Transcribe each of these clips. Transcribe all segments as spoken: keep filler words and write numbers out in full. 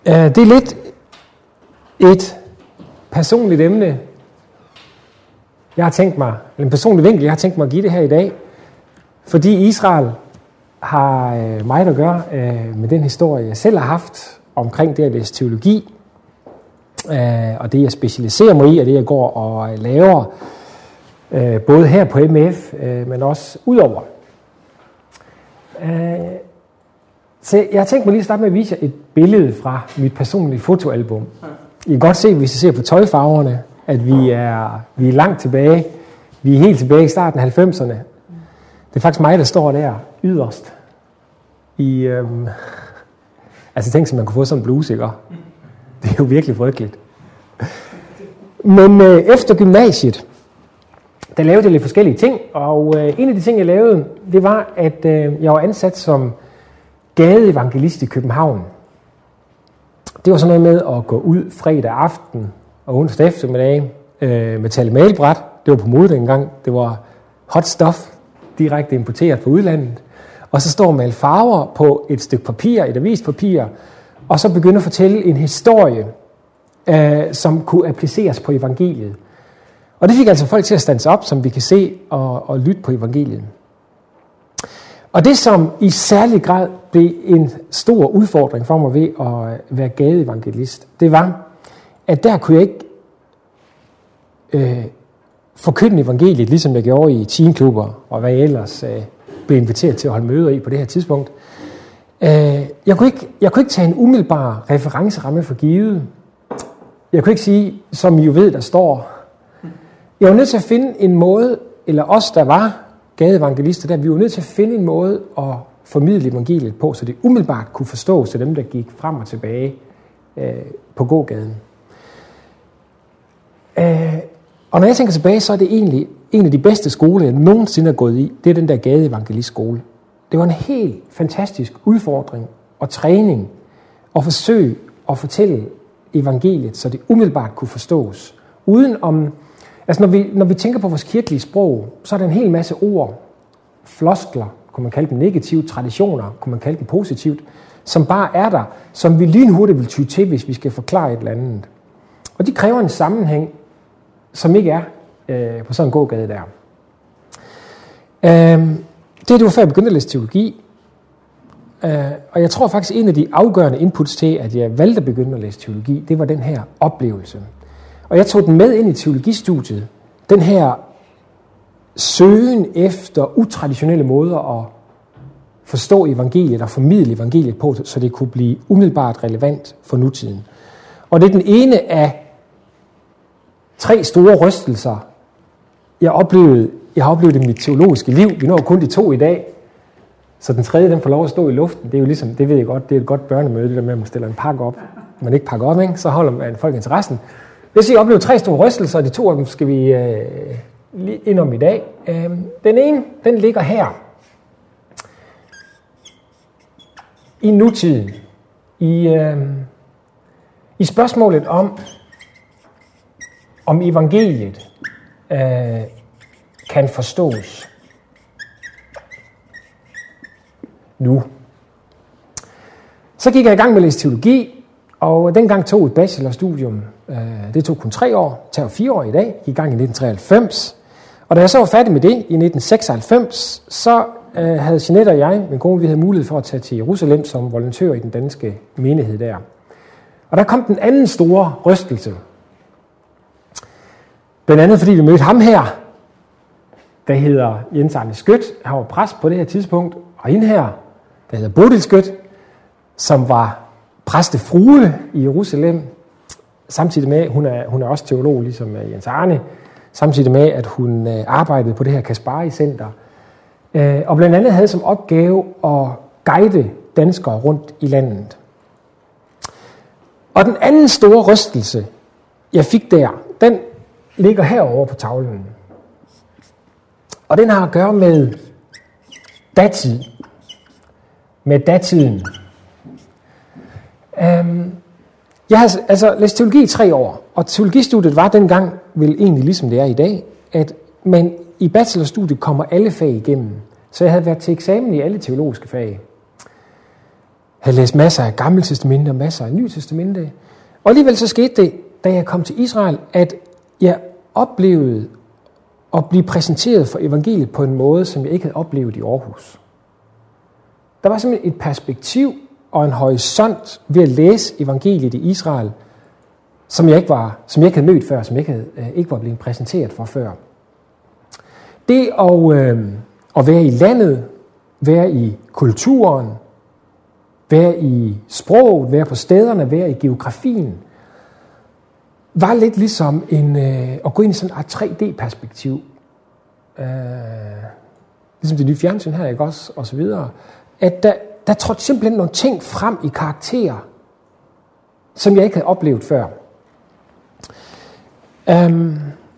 Det er lidt et personligt emne, jeg har tænkt mig, eller en personlig vinkel, jeg har tænkt mig at give det her i dag, fordi Israel har meget at gøre med den historie, jeg selv har haft omkring det at læse teologi, og det jeg specialiserer mig i, og det jeg går og laver, både her på M F, men også udover. Så jeg har tænkt mig lige at starte med at vise jer et billede fra mit personlige fotoalbum. I kan godt se, hvis I ser på tøjfarverne, at vi er, vi er langt tilbage. Vi er helt tilbage i starten af halvfemserne. Det er faktisk mig, der står der yderst. I, øhm, altså tænk, at man kunne få sådan en bluse, ikke? Det er jo virkelig frygteligt. Men øh, efter gymnasiet, der lavede jeg lidt forskellige ting, og øh, en af de ting, jeg lavede, det var, at øh, jeg var ansat som gadeevangelist i København. Det var sådan noget med at gå ud fredag aften og onsdag eftermiddag øh, med tale-mailbræt. Det var på mode dengang. Det var hot stuff, direkte importeret fra udlandet. Og så står og male farver på et stykke papir, et avispapir, og så begynde at fortælle en historie, øh, som kunne appliceres på evangeliet. Og det fik altså folk til at stands op, som vi kan se og, og lytte på evangeliet. Og det, som i særlig grad blev en stor udfordring for mig ved at være gadeevangelist, det var, at der kunne jeg ikke øh, forkynde evangeliet, ligesom jeg gjorde i teenklubber, og hvad jeg ellers øh, blev inviteret til at holde møder i på det her tidspunkt. Øh, jeg, kunne ikke, jeg kunne ikke tage en umiddelbar referenceramme for givet. Jeg kunne ikke sige, som I jo ved, der står. Jeg var nødt til at finde en måde, eller os, der var gadeevangelister, der vi var nødt til at finde en måde at formidle evangeliet på, så det umiddelbart kunne forstås til dem, der gik frem og tilbage øh, på gågaden. Øh, og når jeg tænker tilbage, så er det egentlig en af de bedste skoler, jeg nogensinde har gået i. Det er den der gadeevangelistskole. Det var en helt fantastisk udfordring og træning at forsøge at fortælle evangeliet, så det umiddelbart kunne forstås. Uden om, altså når vi, når vi tænker på vores kirkelige sprog, så er der en hel masse ord, floskler, kunne man kalde dem negativt, traditioner, kunne man kalde dem positivt, som bare er der, som vi lynhurtigt vil ty til, hvis vi skal forklare et eller andet. Og de kræver en sammenhæng, som ikke er øh, på sådan en gågade der. Øh, det er det var før jeg begyndte at læse teologi, øh, og jeg tror faktisk, en af de afgørende inputs til, at jeg valgte at begynde at læse teologi, det var den her oplevelse. Og jeg tog den med ind i teologistudiet, den her søgen efter utraditionelle måder at forstå evangeliet og formidle evangeliet på, så det kunne blive umiddelbart relevant for nutiden. Og det er den ene af tre store rystelser, jeg oplevede, jeg har oplevet i mit teologiske liv. Vi når kun de to i dag, så den tredje, den får lov at stå i luften. Det er jo ligesom, det ved jeg godt, det er et godt børnemøde, det der med, at man stiller en pakke op, man ikke pakker op, ikke? Så holder man folk interessen. Hvis I oplever tre store rystelser, og de to af dem skal vi øh, lige ind om i dag. Øh, den ene, den ligger her. I nutiden. I, øh, i spørgsmålet om, om evangeliet øh, kan forstås nu. Så gik jeg i gang med at læse teologi, og dengang tog et bachelorstudium, øh, det tog kun tre år, tager fire år i dag, i gang i nitten treoghalvfems. Og da jeg så var færdig med det i nitten seksoghalvfems, så øh, havde Jeanette og jeg, min kone, vi havde mulighed for at tage til Jerusalem som volontør i den danske menighed der. Og der kom den anden store rystelse. Blandt andet fordi vi mødte ham her, der hedder Jens Arne Skødt. Han var præst på det her tidspunkt. Og hende her, der hedder Bodil Skødt, som var præstefrue i Jerusalem, samtidig med, hun er, hun er også teolog, ligesom Jens Arne, samtidig med, at hun øh, arbejdede på det her Kaspari-center, øh, og blandt andet havde som opgave at guide danskere rundt i landet. Og den anden store rystelse, jeg fik der, den ligger herovre på tavlen. Og den har at gøre med datid. Med datiden. Um, jeg har altså læst teologi i tre år, og teologistudiet var dengang vel egentlig ligesom det er i dag, at man i bachelorstudiet kommer alle fag igennem. Så jeg havde været til eksamen i alle teologiske fag. havde læst masser af Gamle Testamente og masser af Nye Testamente. Og alligevel så skete det, da jeg kom til Israel, at jeg oplevede at blive præsenteret for evangeliet på en måde, som jeg ikke havde oplevet i Aarhus. Der var simpelthen et perspektiv og en horisont ved at læse evangeliet i Israel, som jeg ikke, var, som jeg ikke havde mødt før, som jeg ikke, havde, ikke var blevet præsenteret for før. Det at, øh, at være i landet, være i kulturen, være i sproget, være på stederne, være i geografien, var lidt ligesom en, øh, at gå ind i sådan et tre D-perspektiv. Øh, ligesom det nye fjernsyn her, ikke også? Og så videre. At der, der trådte simpelthen nogle ting frem i karakterer, som jeg ikke havde oplevet før. Um,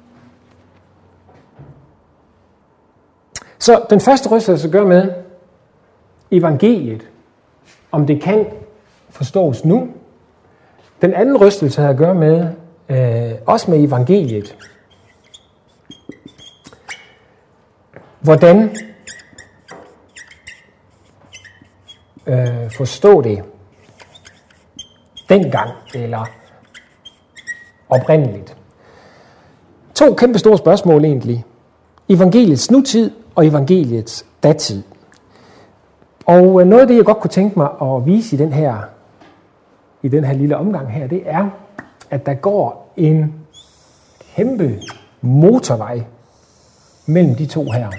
så den første rystelse gør med evangeliet, om det kan forstås nu. Den anden rystelse har at gøre med, øh, også med evangeliet. Hvordan øh, forstå det dengang, eller oprindeligt. To kæmpe store spørgsmål egentlig. Evangeliets nutid og evangeliets datid. Og noget af det, jeg godt kunne tænke mig at vise i den her, i den her lille omgang her, det er, at der går en kæmpe motorvej mellem de to her.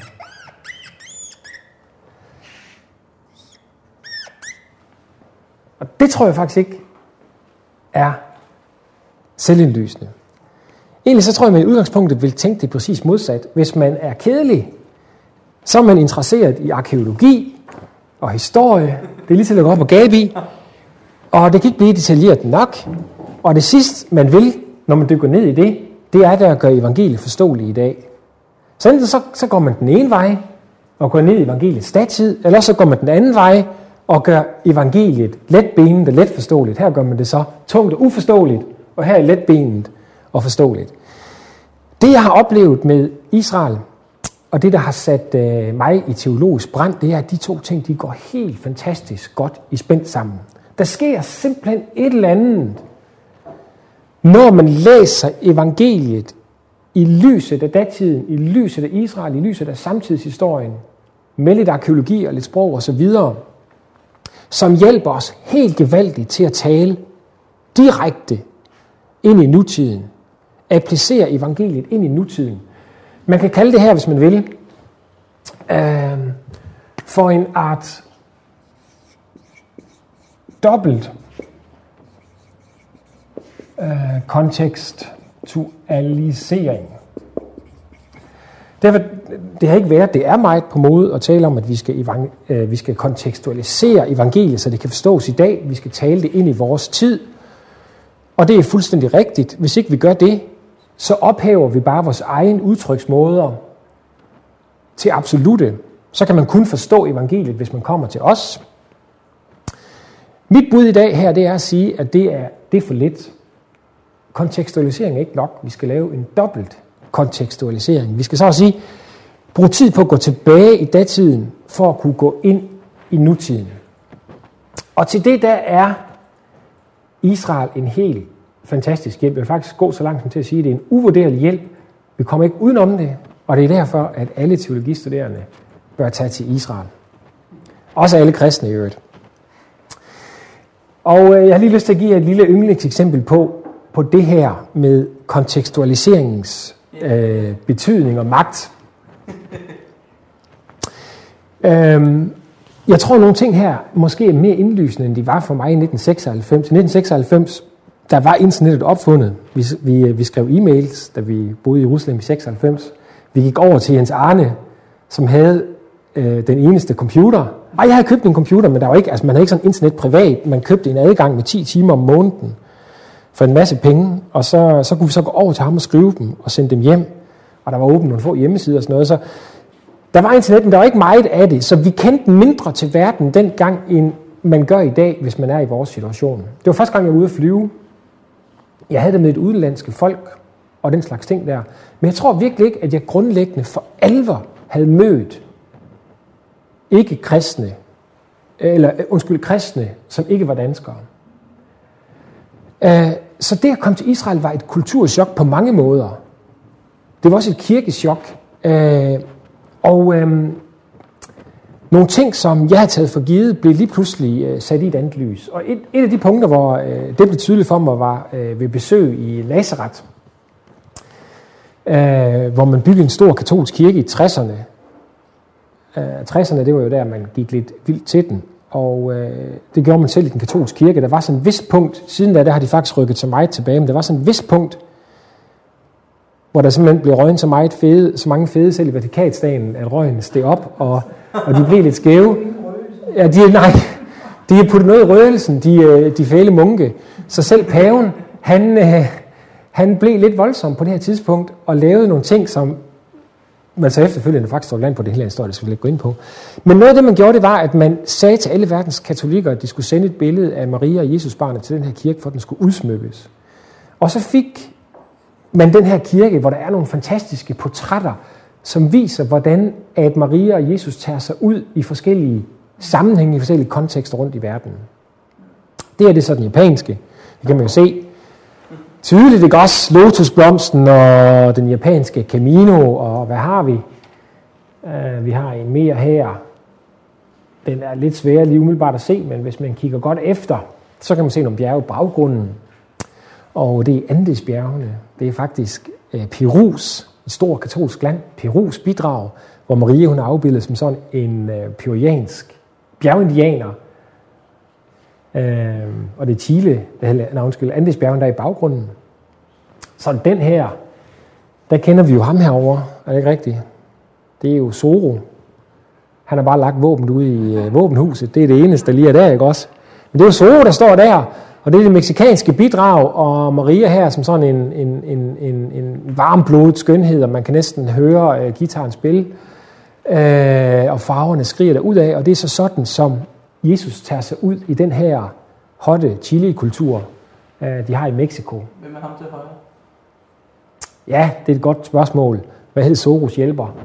Og det tror jeg faktisk ikke er selvindlysende. Egentlig så tror jeg, at man i udgangspunktet vil tænke det præcis modsat. Hvis man er kedelig, så er man interesseret i arkæologi og historie. Det er lige til at gå op og gabe i. Og det kan ikke blive detaljeret nok. Og det sidste, man vil, når man dykker ned i det, det er der at gøre evangeliet forståeligt i dag. Så enten så, så går man den ene vej og går ned i evangeliets datid, eller så går man den anden vej og gør evangeliet letbenet og letforståeligt. Her gør man det så tungt og uforståeligt, og her er letbenet og forståeligt. Det, jeg har oplevet med Israel, og det, der har sat øh, mig i teologisk brand, det er, at de to ting, de går helt fantastisk godt i spændt sammen. Der sker simpelthen et eller andet, når man læser evangeliet i lyset af datiden, i lyset af Israel, i lyset af samtidshistorien, med lidt arkeologi og lidt sprog og så videre, som hjælper os helt gevaldigt til at tale direkte ind i nutiden, applicere evangeliet ind i nutiden. Man kan kalde det her, hvis man vil, øh, for en art dobbelt øh, kontekstualisering. Derfor, det har ikke været, det er meget på mode at tale om, at vi skal, evang- øh, vi skal kontekstualisere evangeliet, så det kan forstås i dag. Vi skal tale det ind i vores tid. Og det er fuldstændig rigtigt. Hvis ikke vi gør det, så ophæver vi bare vores egen udtryksmåder til absolutte. Så kan man kun forstå evangeliet, hvis man kommer til os. Mit bud i dag her, det er at sige, at det er, det er for lidt. Kontekstualisering er ikke nok. Vi skal lave en dobbelt kontekstualisering. Vi skal så at sige, bruge tid på at gå tilbage i datiden, for at kunne gå ind i nutiden. Og til det, der er Israel en helt fantastisk hjælp. Jeg vil faktisk gå så langt som til at sige, at det er en uvurderlig hjælp. Vi kommer ikke udenom det, og det er derfor, at alle teologistuderende bør tage til Israel. Også alle kristne i øvrigt. Og jeg har lige lyst til at give jer et lille yndlingseksempel på, på det her med kontekstualiseringens øh, betydning og magt. øhm, jeg tror, nogle ting her måske er mere indlysende, end de var for mig i nitten seksoghalvfems. I nitten seksoghalvfems, der var internettet opfundet. Vi, vi, vi skrev e-mails, da vi boede i Jerusalem i seksoghalvfems. Vi gik over til Jens Arne, som havde øh, den eneste computer. Og jeg havde købt en computer, men der var ikke, altså man havde ikke sådan internet privat. Man købte en adgang med ti timer om måneden for en masse penge, og så, så kunne vi så gå over til ham og skrive dem og sende dem hjem. Og der var åbent nogle få hjemmesider og sådan noget. Så der var internet, men der var ikke meget af det, så vi kendte mindre til verden dengang, end man gør i dag, hvis man er i vores situation. Det var første gang, jeg var ude at flyve. Jeg havde det med et udenlandske folk og den slags ting der. Men jeg tror virkelig ikke, at jeg grundlæggende for alvor havde mødt ikke-kristne eller undskyld, kristne, som ikke var danskere. Øh, så det at komme til Israel var et kulturschok på mange måder. Det var også et kirkechok. Øh, og øh, nogle ting, som jeg havde taget for givet, blev lige pludselig øh, sat i et andet lys. Og et, et af de punkter, hvor øh, det blev tydeligt for mig, var øh, ved besøg i Nazareth, øh, hvor man byggede en stor katolsk kirke i tresserne. Øh, tresserne, det var jo der, man gik lidt vildt til den. Og øh, det gjorde man selv i den katolske kirke. Der var sådan et vist punkt, siden da, der har de faktisk rykket så meget tilbage, men der var sådan et vist punkt, hvor der simpelthen blev røgnet så, meget fede, så mange fede selv i Vatikanstaten, at røgen steg op, og, og de blev lidt skæve. Ja, de, nej, de har puttet noget i røgelsen, de, de fæle munke. Så selv paven, han, øh, han blev lidt voldsom på det her tidspunkt, og lavede nogle ting, som man så efterfølgende faktisk står land på det hele historie, det skal vi ikke gå ind på. Men noget af det, man gjorde, det var, at man sagde til alle verdens katolikker, at de skulle sende et billede af Maria og Jesus barnet til den her kirke, for at den skulle udsmykkes. Og så fik man den her kirke, hvor der er nogle fantastiske portrætter, som viser, hvordan at Maria og Jesus tager sig ud i forskellige sammenhænge, i forskellige kontekster rundt i verden. Det er det så den japanske. Det kan man jo se tydeligt, ikke også? Lotusblomsten og den japanske Camino, og hvad har vi? Uh, vi har en mere her. Den er lidt sværere lige umiddelbart at se, men hvis man kigger godt efter, så kan man se nogle bjerge i baggrunden. Og det er Andesbjergene. Det er faktisk uh, Perus, et stort katolsk land, Perus bidrag, hvor Maria hun er afbildet som sådan en uh, peruansk bjergindianer. Uh, og det er Chile, nej, undskyld, Andesbjergene, der er i baggrunden. Så den her, der kender vi jo ham herovre, er det ikke rigtigt? Det er jo Zorro. Han har bare lagt våben ude i uh, våbenhuset. Det er det eneste, der lige er der, ikke også? Men det er jo Zorro, der står der, og det er det meksikanske bidrag, og Maria her som sådan en, en, en, en, en varmblodet skønhed, og man kan næsten høre uh, guitaren spille, uh, og farverne skriger derudad, og det er så sådan, som Jesus tager sig ud i den her hotte chili-kultur, uh, de har i Mexico. Hvem er ham til højre? Ja, det er et godt spørgsmål. Hvad hed Zorros hjælper?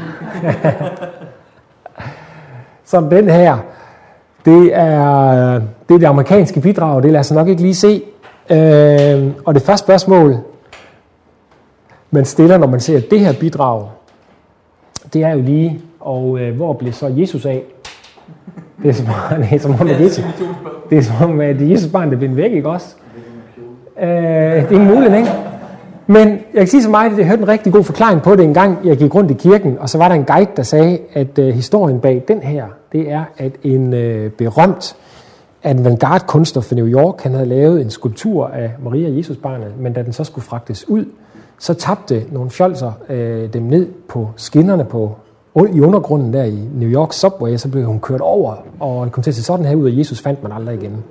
Som den her, det er det, er det amerikanske bidrag, det lader sig nok ikke lige se. Øh, og det første spørgsmål, man stiller, når man ser det her bidrag, det er jo lige, og øh, hvor blev så Jesus af? Det er som om, det er som om, at Jesus, det er som om, at Jesus barn, det blev væk, ikke også? Øh, det er en mulighed, ikke? Men jeg kan sige så meget, at jeg hørte en rigtig god forklaring på det en gang, jeg gik rundt i kirken, og så var der en guide, der sagde, at uh, historien bag den her, det er, at en uh, berømt avantgarde-kunstner fra New York, han havde lavet en skulptur af Maria og Jesusbarnet, men da den så skulle fragtes ud, så tabte nogle fjolser uh, dem ned på skinnerne på, i undergrunden der i New York Subway, og så blev hun kørt over, og det kom til at se sådan her ud, og Jesus fandt man aldrig igen.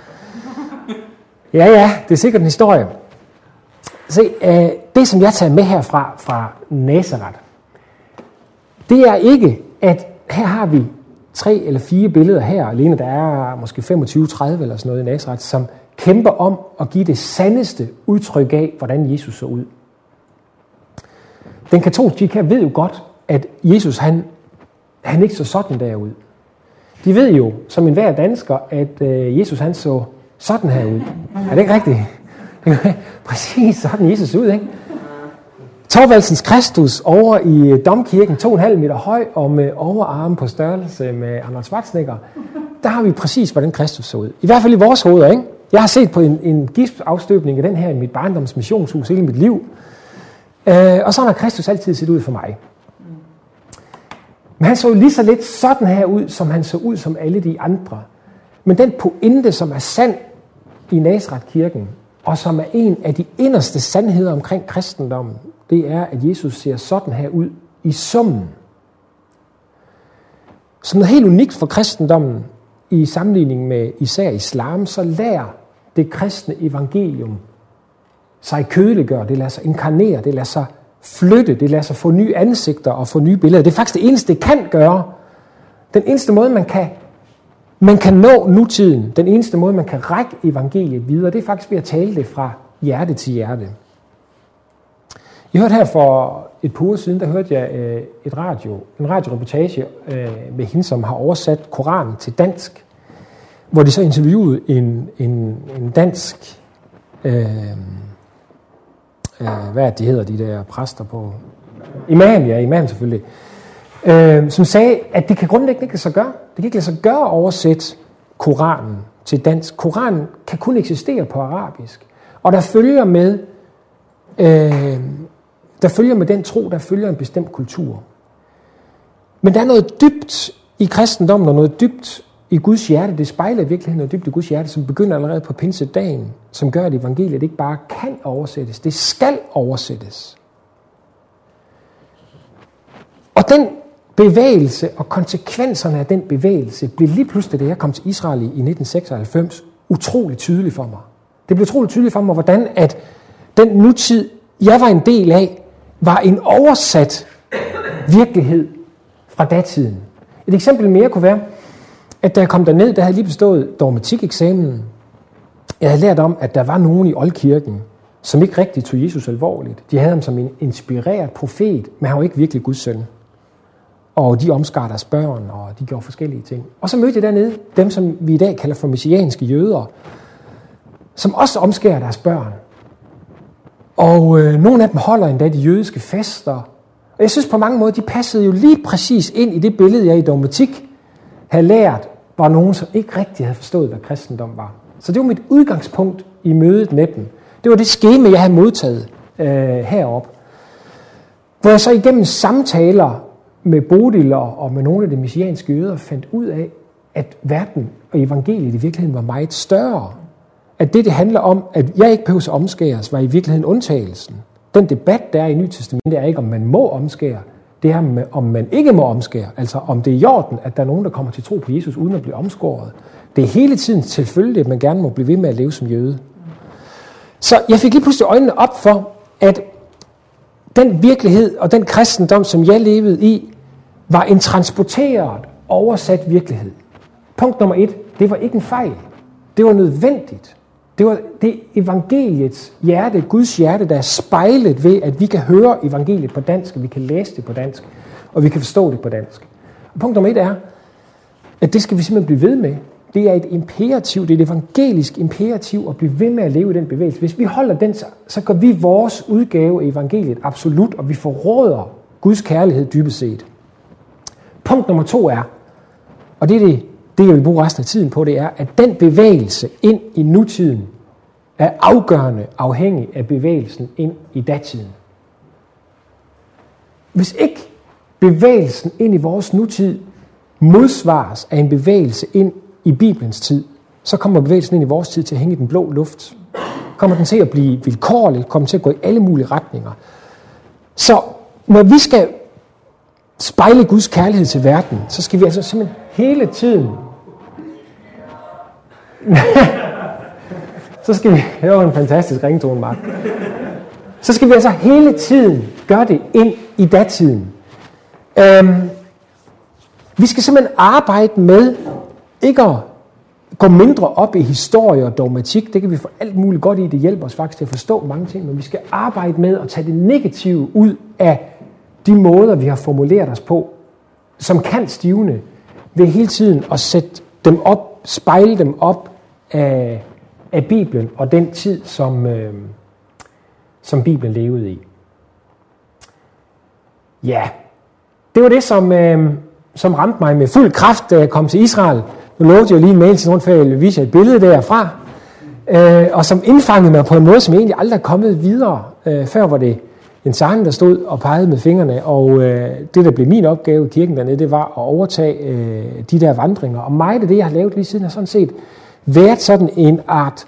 Ja, ja, det er sikkert en historie. Se, øh, det som jeg tager med herfra fra Nazareth, det er ikke, at her har vi tre eller fire billeder her, alene der er måske femogtyve tredive eller sådan noget i Nazareth, som kæmper om at give det sandeste udtryk af, hvordan Jesus så ud. Den katolske kirke her ved jo godt, at Jesus han, han ikke så sådan derud. De ved jo, som enhver dansker, at øh, Jesus han så sådan her ud. Er det ikke rigtigt? Præcis sådan Jesus ud, ikke? Thorvaldsens Kristus over i Domkirken, to komma fem meter høj og med overarme på størrelse med Arnold Schwarzenegger. Der har vi præcis, hvordan Kristus så ud. I hvert fald i vores hoveder, ikke? Jeg har set på en, en gispafstøbning af den her i mit barndoms missionshus hele mit liv. Øh, og sådan har Kristus altid set ud for mig. Men han så lige så lidt sådan her ud, som han så ud som alle de andre. Men den pointe, som er sand i Nazareth-kirken, og som er en af de inderste sandheder omkring kristendommen, det er, at Jesus ser sådan her ud i summen. Som noget helt unikt for kristendommen i sammenligning med især islam, så lærer det kristne evangelium sig kødeliggøre, det lader sig inkarnere, det lader sig flytte, det lader sig få nye ansigter og få nye billeder. Det er faktisk det eneste, det kan gøre. Den eneste måde, man kan Man kan nå nutiden. Den eneste måde, man kan række evangeliet videre, det er faktisk ved at tale det fra hjerte til hjerte. Jeg hørte her for et par uger siden, der hørte jeg øh, et radio, en radioreportage øh, med hende, som har oversat Koranen til dansk, hvor de så interviewede en, en, en dansk, øh, øh, hvad er det, de hedder, de der præster på, imam, ja, imam selvfølgelig, øh, som sagde, at det kan grundlæggende ikke lade sig gøre. Det kan ikke lade sig gøre at oversætte Koranen til dansk. Koranen kan kun eksistere på arabisk, og der følger med, øh, der følger med den tro, der følger en bestemt kultur. Men der er noget dybt i kristendommen, og noget dybt i Guds hjerte, det spejler i virkeligheden noget dybt i Guds hjerte, som begynder allerede på pinsedagen, som gør, at evangeliet ikke bare kan oversættes, det skal oversættes. Og den bevægelse og konsekvenserne af den bevægelse blev lige pludselig, da jeg kom til Israel i nitten seksoghalvfems, utrolig tydeligt for mig. Det blev utrolig tydeligt for mig, hvordan at den nutid, jeg var en del af, var en oversat virkelighed fra datiden. Et eksempel mere kunne være, at da jeg kom derned, der havde jeg lige bestået dogmatikeksamen. Jeg havde lært om, at der var nogen i Oldkirken, som ikke rigtig tog Jesus alvorligt. De havde ham som en inspireret profet, men han var ikke virkelig Guds søn. Og de omskar deres børn, og de gjorde forskellige ting. Og så mødte jeg dernede dem, som vi i dag kalder for messianske jøder, som også omskærer deres børn. Og øh, nogle af dem holder endda de jødiske fester. Og jeg synes på mange måder, de passede jo lige præcis ind i det billede, jeg i dogmatik havde lært, var nogen, som ikke rigtig havde forstået, hvad kristendom var. Så det var mit udgangspunkt i mødet med dem. Det var det skema, jeg havde modtaget øh, heroppe. Hvor jeg så igennem samtaler med Bodil og med nogle af de messianske jøder fandt ud af, at verden og evangeliet i virkeligheden var meget større. At det, det handler om, at jeg ikke behøver at omskæres, var i virkeligheden undtagelsen. Den debat, der er i Nye Testamente, er ikke, om man må omskære. Det er, om man ikke må omskære. Altså, om det er i orden, at der er nogen, der kommer til tro på Jesus, uden at blive omskåret. Det er hele tiden selvfølgelig, at man gerne må blive ved med at leve som jøde. Så jeg fik lige pludselig øjnene op for, at den virkelighed og den kristendom, som jeg levede i, var en transporteret, oversat virkelighed. Punkt nummer et, det var ikke en fejl. Det var nødvendigt. Det var det evangeliets hjerte, Guds hjerte, der er spejlet ved, at vi kan høre evangeliet på dansk, og vi kan læse det på dansk, og vi kan forstå det på dansk. Og punkt nummer et er, at det skal vi simpelthen blive ved med. Det er et imperativ, det er et evangelisk imperativ at blive ved med at leve i den bevægelse. Hvis vi holder den, så gør vi vores udgave af evangeliet absolut, og vi forråder Guds kærlighed dybest set. Punkt nummer to er, og det er det, det jeg vil bruge resten af tiden på, det er, at den bevægelse ind i nutiden er afgørende afhængig af bevægelsen ind i datiden. Hvis ikke bevægelsen ind i vores nutid modsvares af en bevægelse ind i Bibelens tid, så kommer bevægelsen ind i vores tid til at hænge i den blå luft. Kommer den til at blive vilkårlig, kommer den til at gå i alle mulige retninger. Så når vi skal spejle Guds kærlighed til verden, så skal vi altså simpelthen hele tiden så skal vi høre en fantastisk ringtone, Mark. Så skal vi altså hele tiden gøre det ind i datiden. Øhm, vi skal simpelthen arbejde med ikke at gå mindre op i historie og dogmatik. Det kan vi få alt muligt godt i. Det hjælper os faktisk til at forstå mange ting. Men vi skal arbejde med at tage det negative ud af de måder, vi har formuleret os på, som kan stivne, ved hele tiden at sætte dem op, spejle dem op af, af Bibelen og den tid, som, øh, som Bibelen levede i. Ja, det var det, som, øh, som ramte mig med fuld kraft, da jeg kom til Israel. Nu lovede jeg jo lige en mail til nogen, før jeg ville vise et billede derfra, øh, og som indfangede mig på en måde, som egentlig aldrig er kommet videre. Øh, før var det en sang, der stod og pegede med fingrene, og øh, det, der blev min opgave i kirken dernede, det var at overtage øh, de der vandringer. Og mig, det, det jeg har lavet lige siden, har sådan set været sådan en art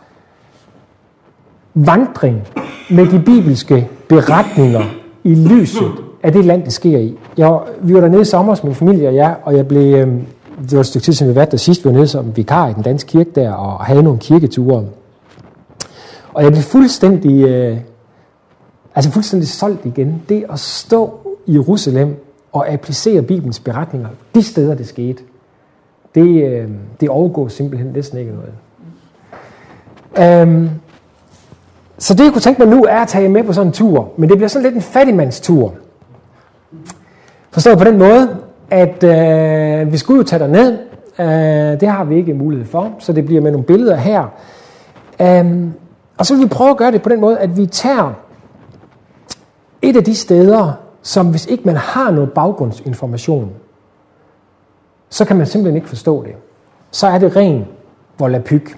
vandring med de bibelske beretninger i lyset af det land, det sker i. Jeg, vi var dernede i sommer, min familie og jeg, og jeg blev, øh, det var et stykke tid, som vi var der sidst, vi var nede som vikar i den danske kirke der, og havde nogle kirketure. Og jeg blev fuldstændig... Øh, Altså fuldstændig solgt igen. Det at stå i Jerusalem og applicere Bibelens beretninger, de steder det skete, det, øh, det overgår simpelthen næsten ikke noget. Um, Så det, jeg kunne tænke mig nu, er at tage jer med på sådan en tur. Men det bliver sådan lidt en fattigmandstur. Forstået på den måde, at øh, vi skulle jo tage derned. Øh, det har vi ikke mulighed for, så det bliver med nogle billeder her. Øh, og så vil vi prøve at gøre det på den måde, at vi tager et af de steder, som hvis ikke man har noget baggrundsinformation, så kan man simpelthen ikke forstå det. Så er det ren volapyk.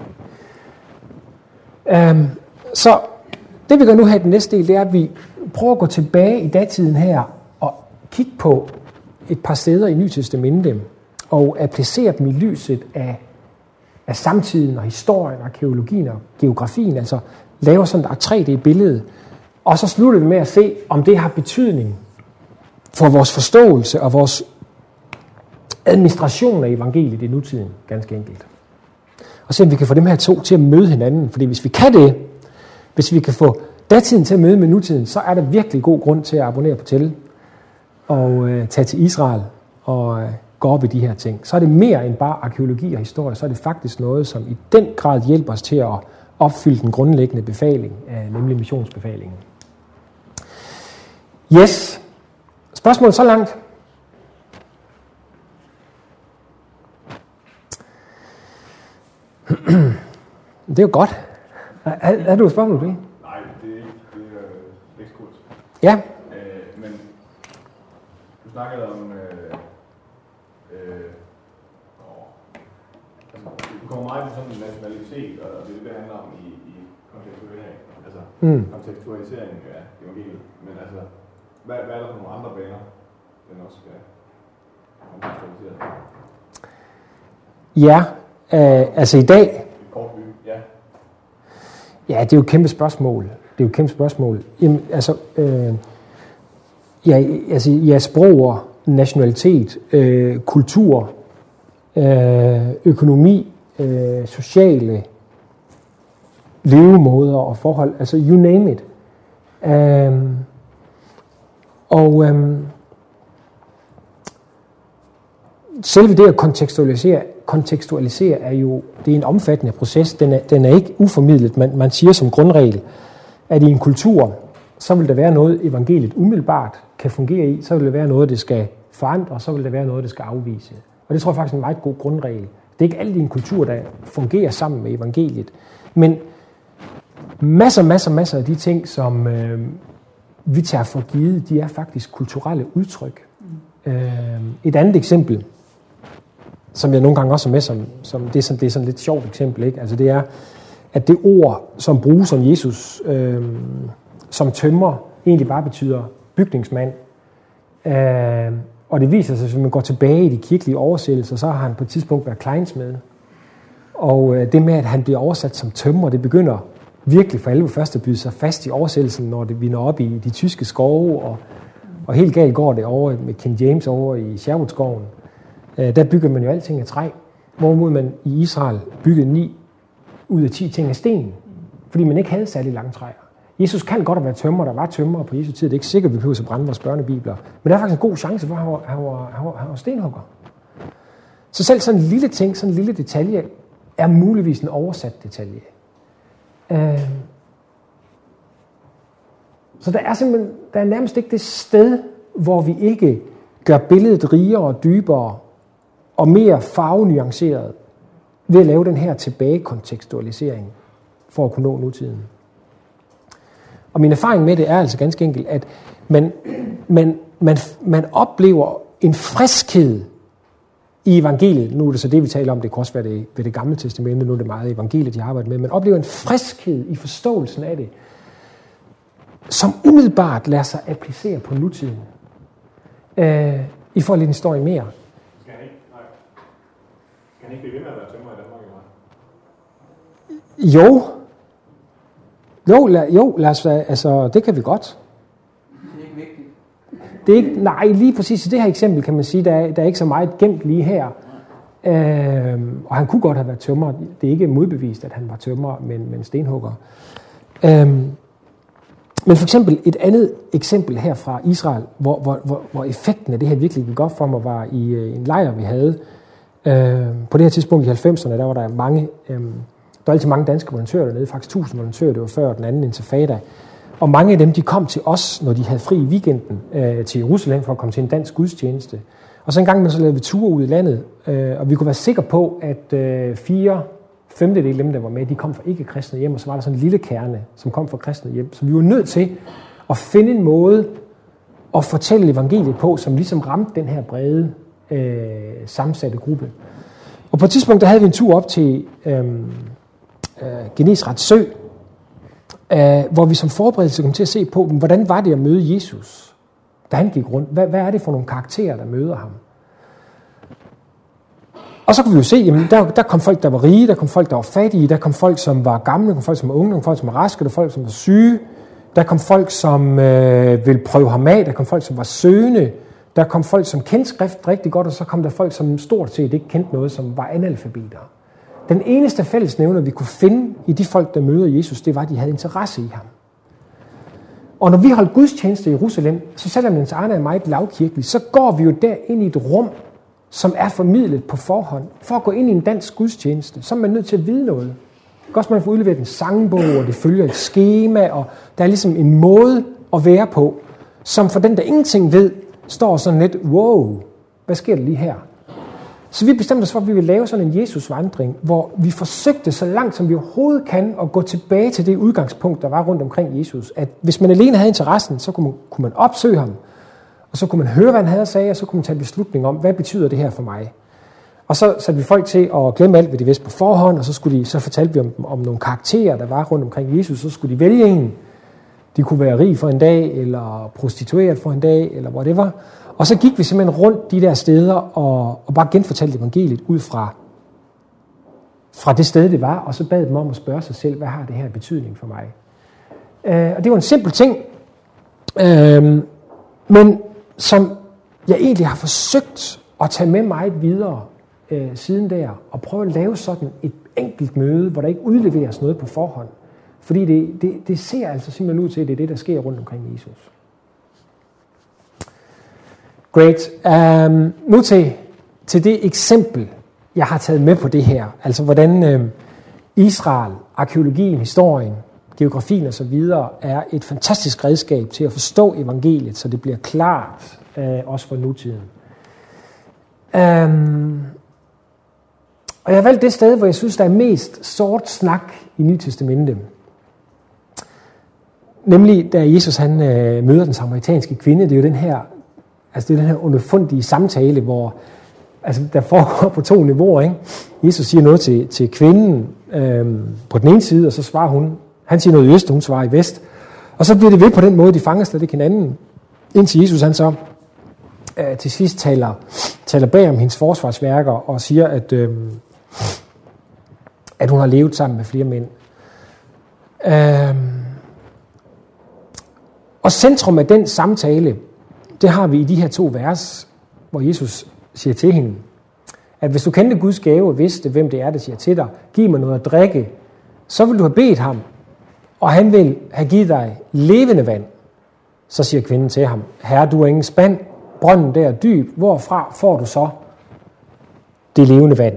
Øh, så det vi gør nu her i den næste del, det er, at vi prøver at gå tilbage i datiden her og kigge på et par steder i Nye Testamente og applicere dem i lyset af, af samtiden og historien, arkeologien og geografien, altså lave sådan et tre D-billede, og så slutter vi med at se, om det har betydning for vores forståelse og vores administration af evangeliet i nutiden, ganske enkelt. Og se, om vi kan få dem her to til at møde hinanden, fordi hvis vi kan det, hvis vi kan få datiden til at møde med nutiden, så er der virkelig god grund til at abonnere på Tælle og øh, tage til Israel og øh, gå op i de her ting. Så er det mere end bare arkeologi og historie, så er det faktisk noget, som i den grad hjælper os til at opfylde den grundlæggende befaling, øh, nemlig missionsbefalingen. Yes. Spørgsmål så langt? Det er jo godt. Er, er du et spørgsmål på det? Nej, det er ikke. Det er ekskurs. Ja. Øh, men du snakkede om... Øh, øh, åh, altså, du kommer meget til sådan en nationalitet, og det er det, det handler om i, i kontekstualisering. Altså, mm. kontekstualisering af evangeliet. Men altså, hvad, hvad er der for nogle andre baner, den også skal kontekstualisere? Ja, øh, altså i dag... Kort by, ja. Ja, det er jo et kæmpe spørgsmål. Det er jo et kæmpe spørgsmål. Jamen, altså, øh, ja, altså, ja, sprog og nationalitet, øh, kultur, øh, økonomi, øh, sociale levemåder og forhold, altså you name it. Øh, og øh, selve det at kontekstualisere kontekstualisere er jo, det er en omfattende proces, den er, den er ikke uformidlet. Man, man siger som grundregel, at i en kultur, så vil der være noget, evangeliet umiddelbart kan fungere i, så vil der være noget, det skal forandre, så vil der være noget, det skal afvise. Og det tror jeg faktisk er en meget god grundregel. Det er ikke altid en kultur, der fungerer sammen med evangeliet. Men masser, masser, masser af de ting, som øh, vi tager for givet, de er faktisk kulturelle udtryk. Øh, et andet eksempel, som jeg nogle gange også er med som, som det, er sådan, det er sådan et lidt sjovt eksempel, ikke? Altså det er, at det ord, som bruges som Jesus, øh, som tømrer, egentlig bare betyder bygningsmand. Øh, og det viser sig, at hvis man går tilbage i de kirkelige oversættelser, så har han på et tidspunkt været kleinsmed. Og øh, det med, at han bliver oversat som tømrer, det begynder virkelig for alvor først at byde sig fast i oversættelsen, når det, vi når op i de tyske skove, og, og helt galt går det over med King James over i Sherwoodskoven. Der bygger man jo alting af træ, hvorimod man i Israel byggede ni ud af ti ting af sten, fordi man ikke havde særlig lange træer. Jesus kan godt have været tømrer, der var tømrer på Jesu tid, det er ikke sikkert, at vi behøver at brænde vores børnebibler, men der er faktisk en god chance for, at han var, han var, han var, han var stenhugger. Så selv sådan en lille ting, sådan en lille detalje, er muligvis en oversat detalje. Så der er simpelthen, der er nærmest ikke det sted, hvor vi ikke gør billedet rigere og dybere, og mere farvenuanceret ved at lave den her tilbagekontekstualisering for at kunne nå nutiden. Og min erfaring med det er altså ganske enkelt, at man, man, man, man oplever en friskhed i evangeliet. Nu er det så det, vi taler om, det kan også være det, ved det gamle testamente, nu er det meget evangeliet, de har arbejdet med. Man oplever en friskhed i forståelsen af det, som umiddelbart lader sig applicere på nutiden. Øh, I får lidt en historie mere. Skal han ikke, nej. Skal han ikke blive ved med at være tømrer i Danmark? Jo. Jo, la, jo lad os, altså, det kan vi godt. Det er ikke vigtigt. Det er ikke, nej, lige præcis i det her eksempel kan man sige, der er, der er ikke så meget gemt lige her. Øh, og han kunne godt have været tømrer. Det er ikke modbevist, at han var tømrer, men, men stenhugger. Øh, Men for eksempel et andet eksempel her fra Israel, hvor, hvor, hvor, hvor effekten af det her virkelig gik op for mig, var i øh, en lejr, vi havde. Øh, på det her tidspunkt i halvfemserne, der var der mange øh, Der er altid mange danske volontører dernede, faktisk tusind volontører, det var før den anden intifada. Og mange af dem, de kom til os, når de havde fri i weekenden øh, til Jerusalem for at komme til en dansk gudstjeneste. Og så en gang med så lavede vi ture ud i landet, øh, og vi kunne være sikre på, at øh, fire femtedel af dem, der var med, de kom fra ikke-kristne hjem, og så var der sådan en lille kerne, som kom fra kristne hjem. Så vi var nødt til at finde en måde at fortælle evangeliet på, som ligesom ramte den her brede, øh, sammensatte gruppe. Og på et tidspunkt, der havde vi en tur op til øh, øh, Genesrets sø, øh, hvor vi som forberedelse kom til at se på, hvordan var det at møde Jesus, da han gik rundt. Hvad, hvad er det for nogle karakterer, der møder ham? Og så kunne vi jo se, jamen der, der kom folk, der var rige, der kom folk, der var fattige, der kom folk, som var gamle, der kom folk, som var unge, der kom folk, som var raske, der kom folk, som var syge, der kom folk, som øh, ville prøve ham af, der kom folk, som var søgende, der kom folk, som kendte skriften rigtig godt, og så kom der folk, som stort set ikke kendte noget, som var analfabeter. Den eneste fællesnævner, vi kunne finde i de folk, der møder Jesus, det var, at de havde interesse i ham. Og når vi holdt gudstjeneste i Jerusalem, så selvom Jens Arne er meget lavkirkelig, så går vi jo der ind i et rum, som er formidlet på forhånd. For at gå ind i en dansk gudstjeneste, så er man nødt til at vide noget. Det kan også man får udleveret en sangbog, og det følger et skema, og der er ligesom en måde at være på, som for den, der ingenting ved, står sådan lidt, wow, hvad sker der lige her? Så vi bestemte os for, at vi ville lave sådan en Jesus-vandring, hvor vi forsøgte så langt, som vi overhovedet kan, at gå tilbage til det udgangspunkt, der var rundt omkring Jesus. At hvis man alene havde interessen, så kunne man, kunne man opsøge ham, og så kunne man høre, hvad han havde at sige, og så kunne man tage en beslutning om, hvad betyder det her for mig? Og så satte vi folk til at glemme alt, hvad de vidste på forhånd, og så, skulle de, så fortalte vi om, om nogle karakterer, der var rundt omkring Jesus, så skulle de vælge en. De kunne være rig for en dag, eller prostitueret for en dag, eller whatever. Og så gik vi simpelthen rundt de der steder, og, og bare genfortalte evangeliet ud fra, fra det sted, det var, og så bad dem om at spørge sig selv, hvad har det her betydning for mig? Øh, og det var en simpel ting, øh, men som jeg egentlig har forsøgt at tage med mig videre øh, siden der, og prøve at lave sådan et enkelt møde, hvor der ikke udleveres noget på forhånd. Fordi det, det, det ser altså simpelthen ud til, at det er det, der sker rundt omkring Jesus. Great. Um, nu til, til det eksempel, jeg har taget med på det her. Altså hvordan øh, Israel, arkeologien, historien, geografien osv. er et fantastisk redskab til at forstå evangeliet, så det bliver klart øh, også for nutiden. Um, og jeg har valgt det sted, hvor jeg synes, der er mest sort snak i Nye Testamentet. Nemlig, da Jesus han øh, møder den samaritanske kvinde, det er jo den her, altså det er den her underfundige samtale, hvor altså, der foregår på to niveauer. Ikke? Jesus siger noget til, til kvinden øh, på den ene side, og så svarer hun, han siger noget i øst, og hun svarer i vest. Og så bliver det ved på den måde, de fanger slet ikke hinanden. Indtil Jesus han så øh, til sidst taler, taler bag om hendes forsvarsværker, og siger, at, øh, at hun har levet sammen med flere mænd. Øh, Og centrum af den samtale, det har vi i de her to vers, hvor Jesus siger til hende, at hvis du kendte Guds gave og vidste, hvem det er, der siger til dig, giv mig noget at drikke, så vil du have bedt ham, og han vil have givet dig levende vand. Så siger kvinden til ham, herre, du er ingen spand, brønden der er dyb, hvorfra får du så det levende vand?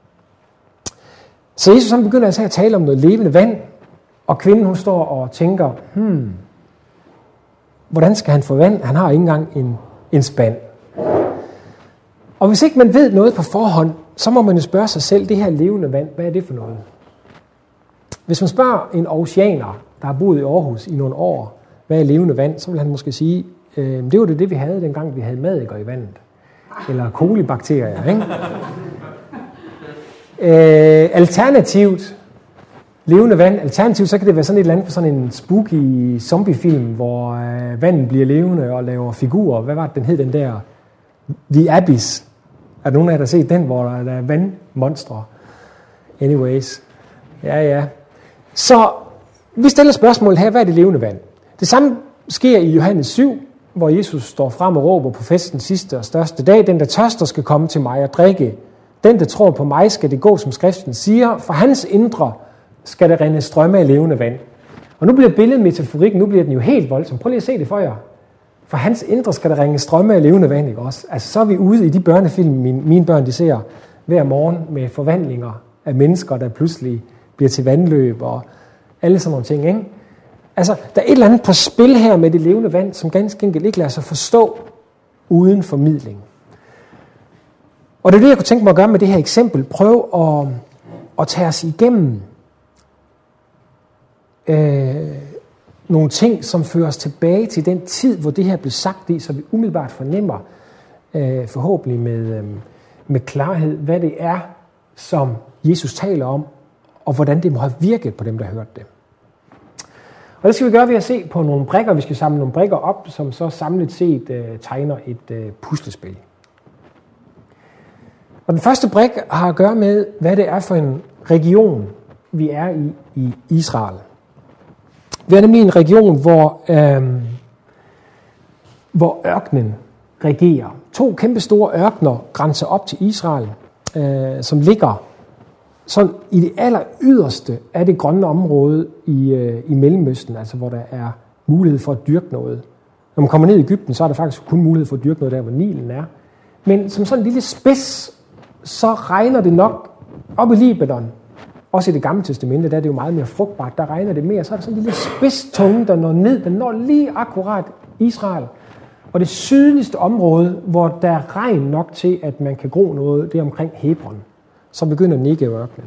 Så Jesus han begynder altså at tale om noget levende vand, og kvinden hun står og tænker, hmm, hvordan skal han få vand? Han har ikke engang en, en spand. Og hvis ikke man ved noget på forhånd, så må man jo spørge sig selv, det her levende vand, hvad er det for noget? Hvis man spørger en aarhusianer, der har boet i Aarhus i nogle år, hvad er levende vand, så vil han måske sige, øh, det var det, det, vi havde, dengang vi havde madikker i vandet. Eller kolibakterier, ikke? øh, alternativt, levende vand. Alternativt, så kan det være sådan et eller andet på sådan en spooky zombiefilm, hvor øh, vandet bliver levende og laver figurer. Hvad var det, den hed, den der? The Abyss. Er der nogen af jer, der har set den, hvor der er vandmonstre? Anyways. Ja, ja. Så vi stiller spørgsmålet her, hvad er det levende vand? Det samme sker i Johannes syv, hvor Jesus står frem og råber på festens sidste og største dag. Den, der tørster, skal komme til mig og drikke. Den, der tror på mig, skal det gå, som skriften siger. For hans indre skal der rinde strømme af levende vand. Og nu bliver billedet metaforikken, nu bliver den jo helt voldsom. Prøv lige at se det for jer. For hans indre skal der ringe strømme af levende vand, ikke også? Altså så er vi ude i de børnefilm, mine, mine børn de ser hver morgen med forvandlinger af mennesker, der pludselig bliver til vandløb og alle sådan nogle ting, ikke? Altså, der er et eller andet på spil her med det levende vand, som ganske enkelt ikke lader sig forstå uden formidling. Og det er det, jeg kunne tænke mig at gøre med det her eksempel. Prøv at, at tage os igennem øh, nogle ting, som fører os tilbage til den tid, hvor det her blev sagt i, så vi umiddelbart fornemmer, øh, forhåbentlig med, øh, med klarhed, hvad det er, som Jesus taler om, og hvordan det må have virket på dem, der hørte det. Og det skal vi gøre ved at se på nogle brikker. Vi skal samle nogle brikker op, som så samlet set øh, tegner et øh, puslespil. Og den første brik har at gøre med, hvad det er for en region, vi er i i Israel. Vi er nemlig en region, hvor, øh, hvor ørkenen regerer. To kæmpe store ørkener grænser op til Israel, øh, som ligger sådan i det aller yderste af det grønne område i, øh, i Mellemøsten, altså hvor der er mulighed for at dyrke noget. Når man kommer ned i Egypten, så er der faktisk kun mulighed for at dyrke noget der, hvor Nilen er. Men som sådan en lille spids, så regner det nok op i Libanon. Også i det gamle testamente, der er det jo meget mere frugtbart, der regner det mere. Så er der sådan en lille spidstunge, der når ned, den når lige akkurat Israel. Og det sydligste område, hvor der er regn nok til, at man kan gro noget, det er omkring Hebron. Så begynder Negev-ørkenen.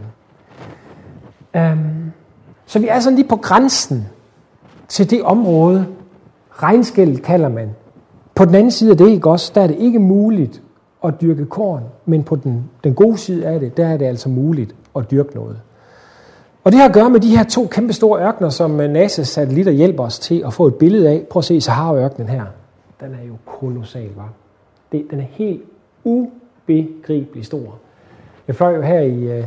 Um, så vi er sådan lige på grænsen til det område, regnskellet kalder man. På den anden side af det, ikke også, der er det ikke muligt at dyrke korn, men på den, den gode side af det, der er det altså muligt at dyrke noget. Og det har at gøre med de her to kæmpe store ørkener, som N A S A's satellitter hjælper os til at få et billede af. Prøv at se Sahara-ørkenen her. Den er jo kolossal, hva'? Det, den er helt ubegribelig stor. Jeg fløj jo her i, øh,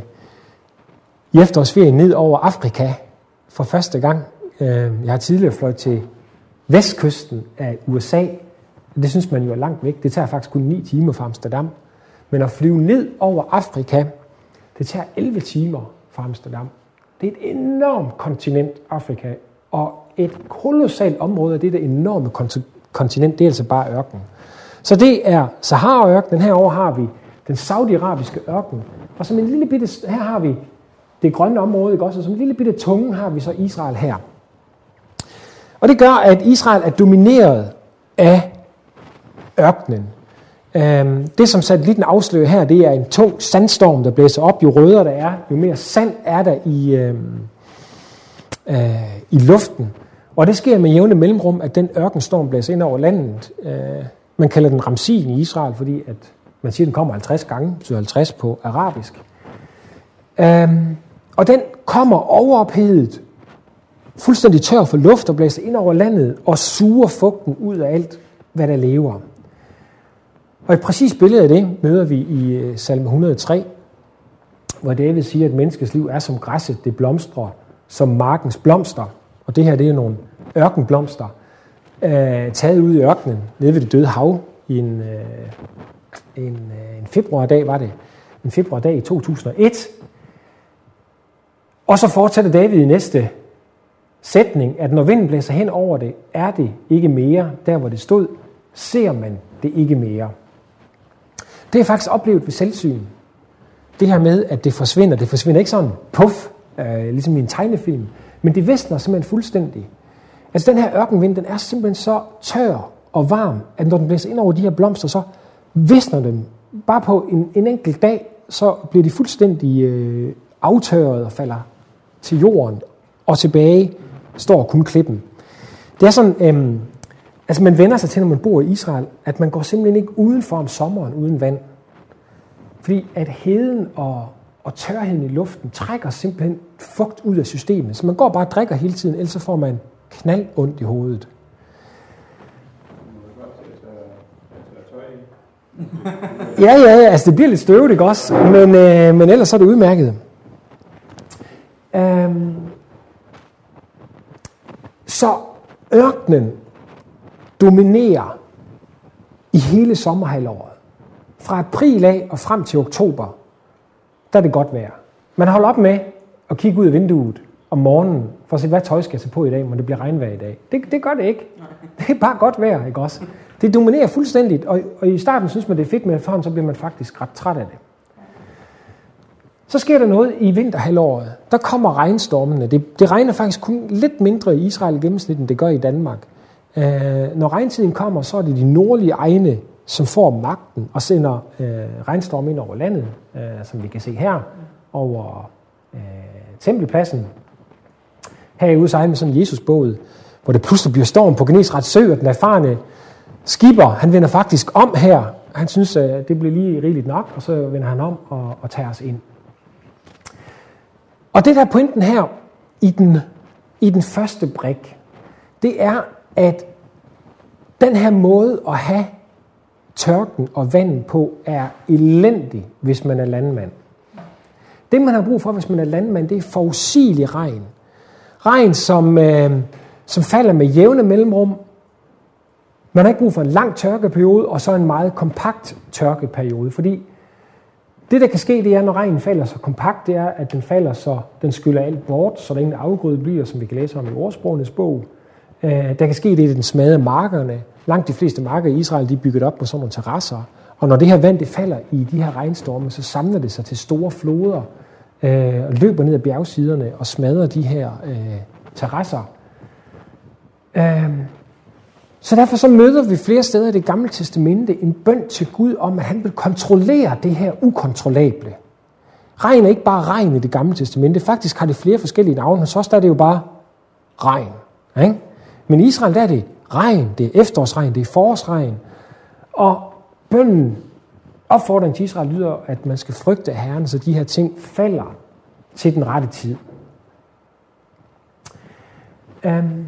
i efterårsferien ned over Afrika for første gang. Øh, jeg har tidligere fløjet til vestkysten af U S A. Det synes man jo er langt væk. Det tager faktisk kun ni timer fra Amsterdam. Men at flyve ned over Afrika, det tager elleve timer fra Amsterdam. Det er et enormt kontinent, Afrika. Og et kolossalt område af det der enorme kontinent, det er altså bare ørken. Så det er Sahara-ørkenen. Herovre har vi den saudiarabiske ørken. Og som en lille bitte, her har vi det grønne område, ikke også? Og som en lille bitte tunge har vi så Israel her. Og det gør, at Israel er domineret af ørkenen. Det, som satellitten afslører her, det er en tung sandstorm, der blæser op. Jo rødere der er, jo mere sand er der i, øh, øh, i luften. Og det sker med jævne mellemrum, at den ørkenstorm blæser ind over landet. Øh, man kalder den Ramsin i Israel, fordi at man siger, at den kommer halvtreds gange, betyder halvtreds på arabisk. Øh, og den kommer overophedet, fuldstændig tør for luft og blæser ind over landet og suger fugten ud af alt, hvad der lever. Og et præcist billede af det møder vi i salme et hundrede og tre, hvor David siger, at menneskets liv er som græsset, det blomstrer som markens blomster. Og det her, det er nogle ørkenblomster, øh, taget ud i ørkenen, nede ved det døde hav, i en, øh, en, øh, en februardag var det, en februardag i to tusind og et. Og så fortsætter David i næste sætning, at når vinden blæser hen over det, er det ikke mere, der hvor det stod, ser man det ikke mere. Det er faktisk oplevet ved selvsyn. Det her med, at det forsvinder, det forsvinder ikke sådan puff, øh, ligesom i en tegnefilm, men det visner simpelthen fuldstændig. Altså den her ørkenvind, den er simpelthen så tør og varm, at når den blæser ind over de her blomster, så visner den. Bare på en, en enkelt dag, så bliver de fuldstændig øh, aftørret og falder til jorden, og tilbage står kun klippen. Det er sådan, øh, altså man vender sig til, når man bor i Israel, at man går simpelthen ikke udenfor om sommeren uden vand. Fordi at heden og, og tørheden i luften trækker simpelthen fugt ud af systemet. Så man går bare og drikker hele tiden, ellers så får man knald ondt i hovedet. Ja, ja, ja, altså det bliver lidt støvet, ikke også? Men, øh, men ellers så er det udmærket. Øhm, så ørkenen dominerer i hele sommerhalvåret. Fra april af og frem til oktober, der er det godt vejr. Man holder op med at kigge ud af vinduet om morgenen, for at se, hvad tøj skal jeg tage på i dag, men det bliver regnvejr i dag. Det, det gør det ikke. Det er bare godt vejr, ikke også? Det dominerer fuldstændigt, og, og i starten synes man, det er fedt, men efterhånden så bliver man faktisk ret træt af det. Så sker der noget i vinterhalvåret. Der kommer regnstormene. Det, det regner faktisk kun lidt mindre i Israel i gennemsnit, end det gør i Danmark. Øh, når regntiden kommer, så er det de nordlige egne, som får magten og sender øh, regnstorm ind over landet, øh, som vi kan se her, over øh, tempelpladsen. Herude sejler med sådan en Jesusbåd, hvor det pludselig bliver storm på Genesarets sø, og den erfarne skipper, han vender faktisk om her. Han synes, at det bliver lige rigeligt nok, og så vender han om og, og tager os ind. Og det der pointen her i den, i den første brik, det er, at den her måde at have tørken og vandet på er elendig, hvis man er landmand. Det, man har brug for, hvis man er landmand, det er forudsigelig regn. Regn, som, øh, som falder med jævne mellemrum. Man har ikke brug for en lang tørkeperiode, og så en meget kompakt tørkeperiode, fordi det, der kan ske, det er, når regnen falder så kompakt, det er, at den falder, så den skyller alt bort, så der ingen afgrøde bliver, som vi kan læse om i Ordsprogenes bog. Øh, der kan ske det, at den smadrer markerne. Langt de fleste marker i Israel, de er bygget op på sådan nogle terrasser. Og når det her vand, det falder i de her regnstorme, så samler det sig til store floder, øh, og løber ned ad bjergsiderne og smadrer de her øh, terrasser. Øh, Så derfor så møder vi flere steder i Det Gamle Testamente en bøn til Gud om, at han vil kontrollere det her ukontrollable. Regn er ikke bare regn i Det Gamle Testamente. Faktisk har det flere forskellige navne. Hos os der er det jo bare regn. Ikke? Men i Israel der er det regn, det er efterårsregn, det er forårsregn. Og bønnen, opfordringen til Israel lyder, at man skal frygte Herren, så de her ting falder til den rette tid. Um,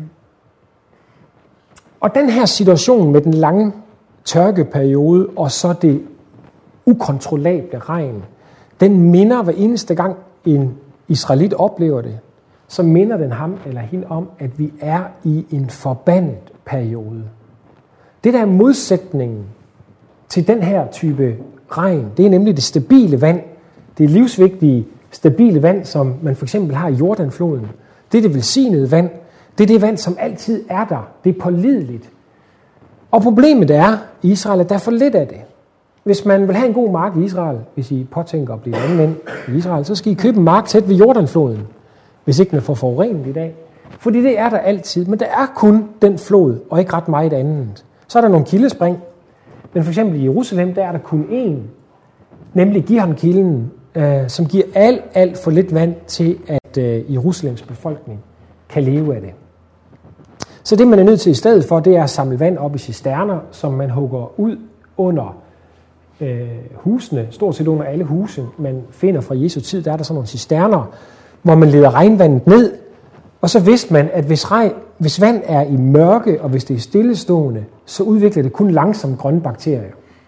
Og den her situation med den lange tørkeperiode og så det ukontrollable regn, den minder hver eneste gang en israelit oplever det, så minder den ham eller hende om, at vi er i en forbandet periode. Det der er modsætningen til den her type regn, det er nemlig det stabile vand. Det livsvigtige stabile vand, som man for eksempel har i Jordanfloden. Det er det velsignede vand. Det er det vand, som altid er der. Det er pålideligt. Og problemet er i Israel, at der er for lidt af det. Hvis man vil have en god mark i Israel, hvis I påtænker at blive landmænd i Israel, så skal I købe en mark tæt ved Jordanfloden, hvis ikke den er for forurenet i dag. Fordi det er der altid, men der er kun den flod, og ikke ret meget andet. Så er der nogle kildespring, men for eksempel i Jerusalem, der er der kun én, nemlig Gihon-kilden, øh, som giver alt, alt for lidt vand til, at øh, Jerusalems befolkning kan leve af det. Så det, man er nødt til i stedet for, det er at samle vand op i cisterner, som man hugger ud under øh, husene, stort set under alle huse, man finder fra Jesu tid. Der er der sådan nogle cisterner, hvor man leder regnvandet ned, og så vidste man, at hvis, regn, hvis vand er i mørke, og hvis det er stillestående, så udvikler det kun langsomt grønne bakterier.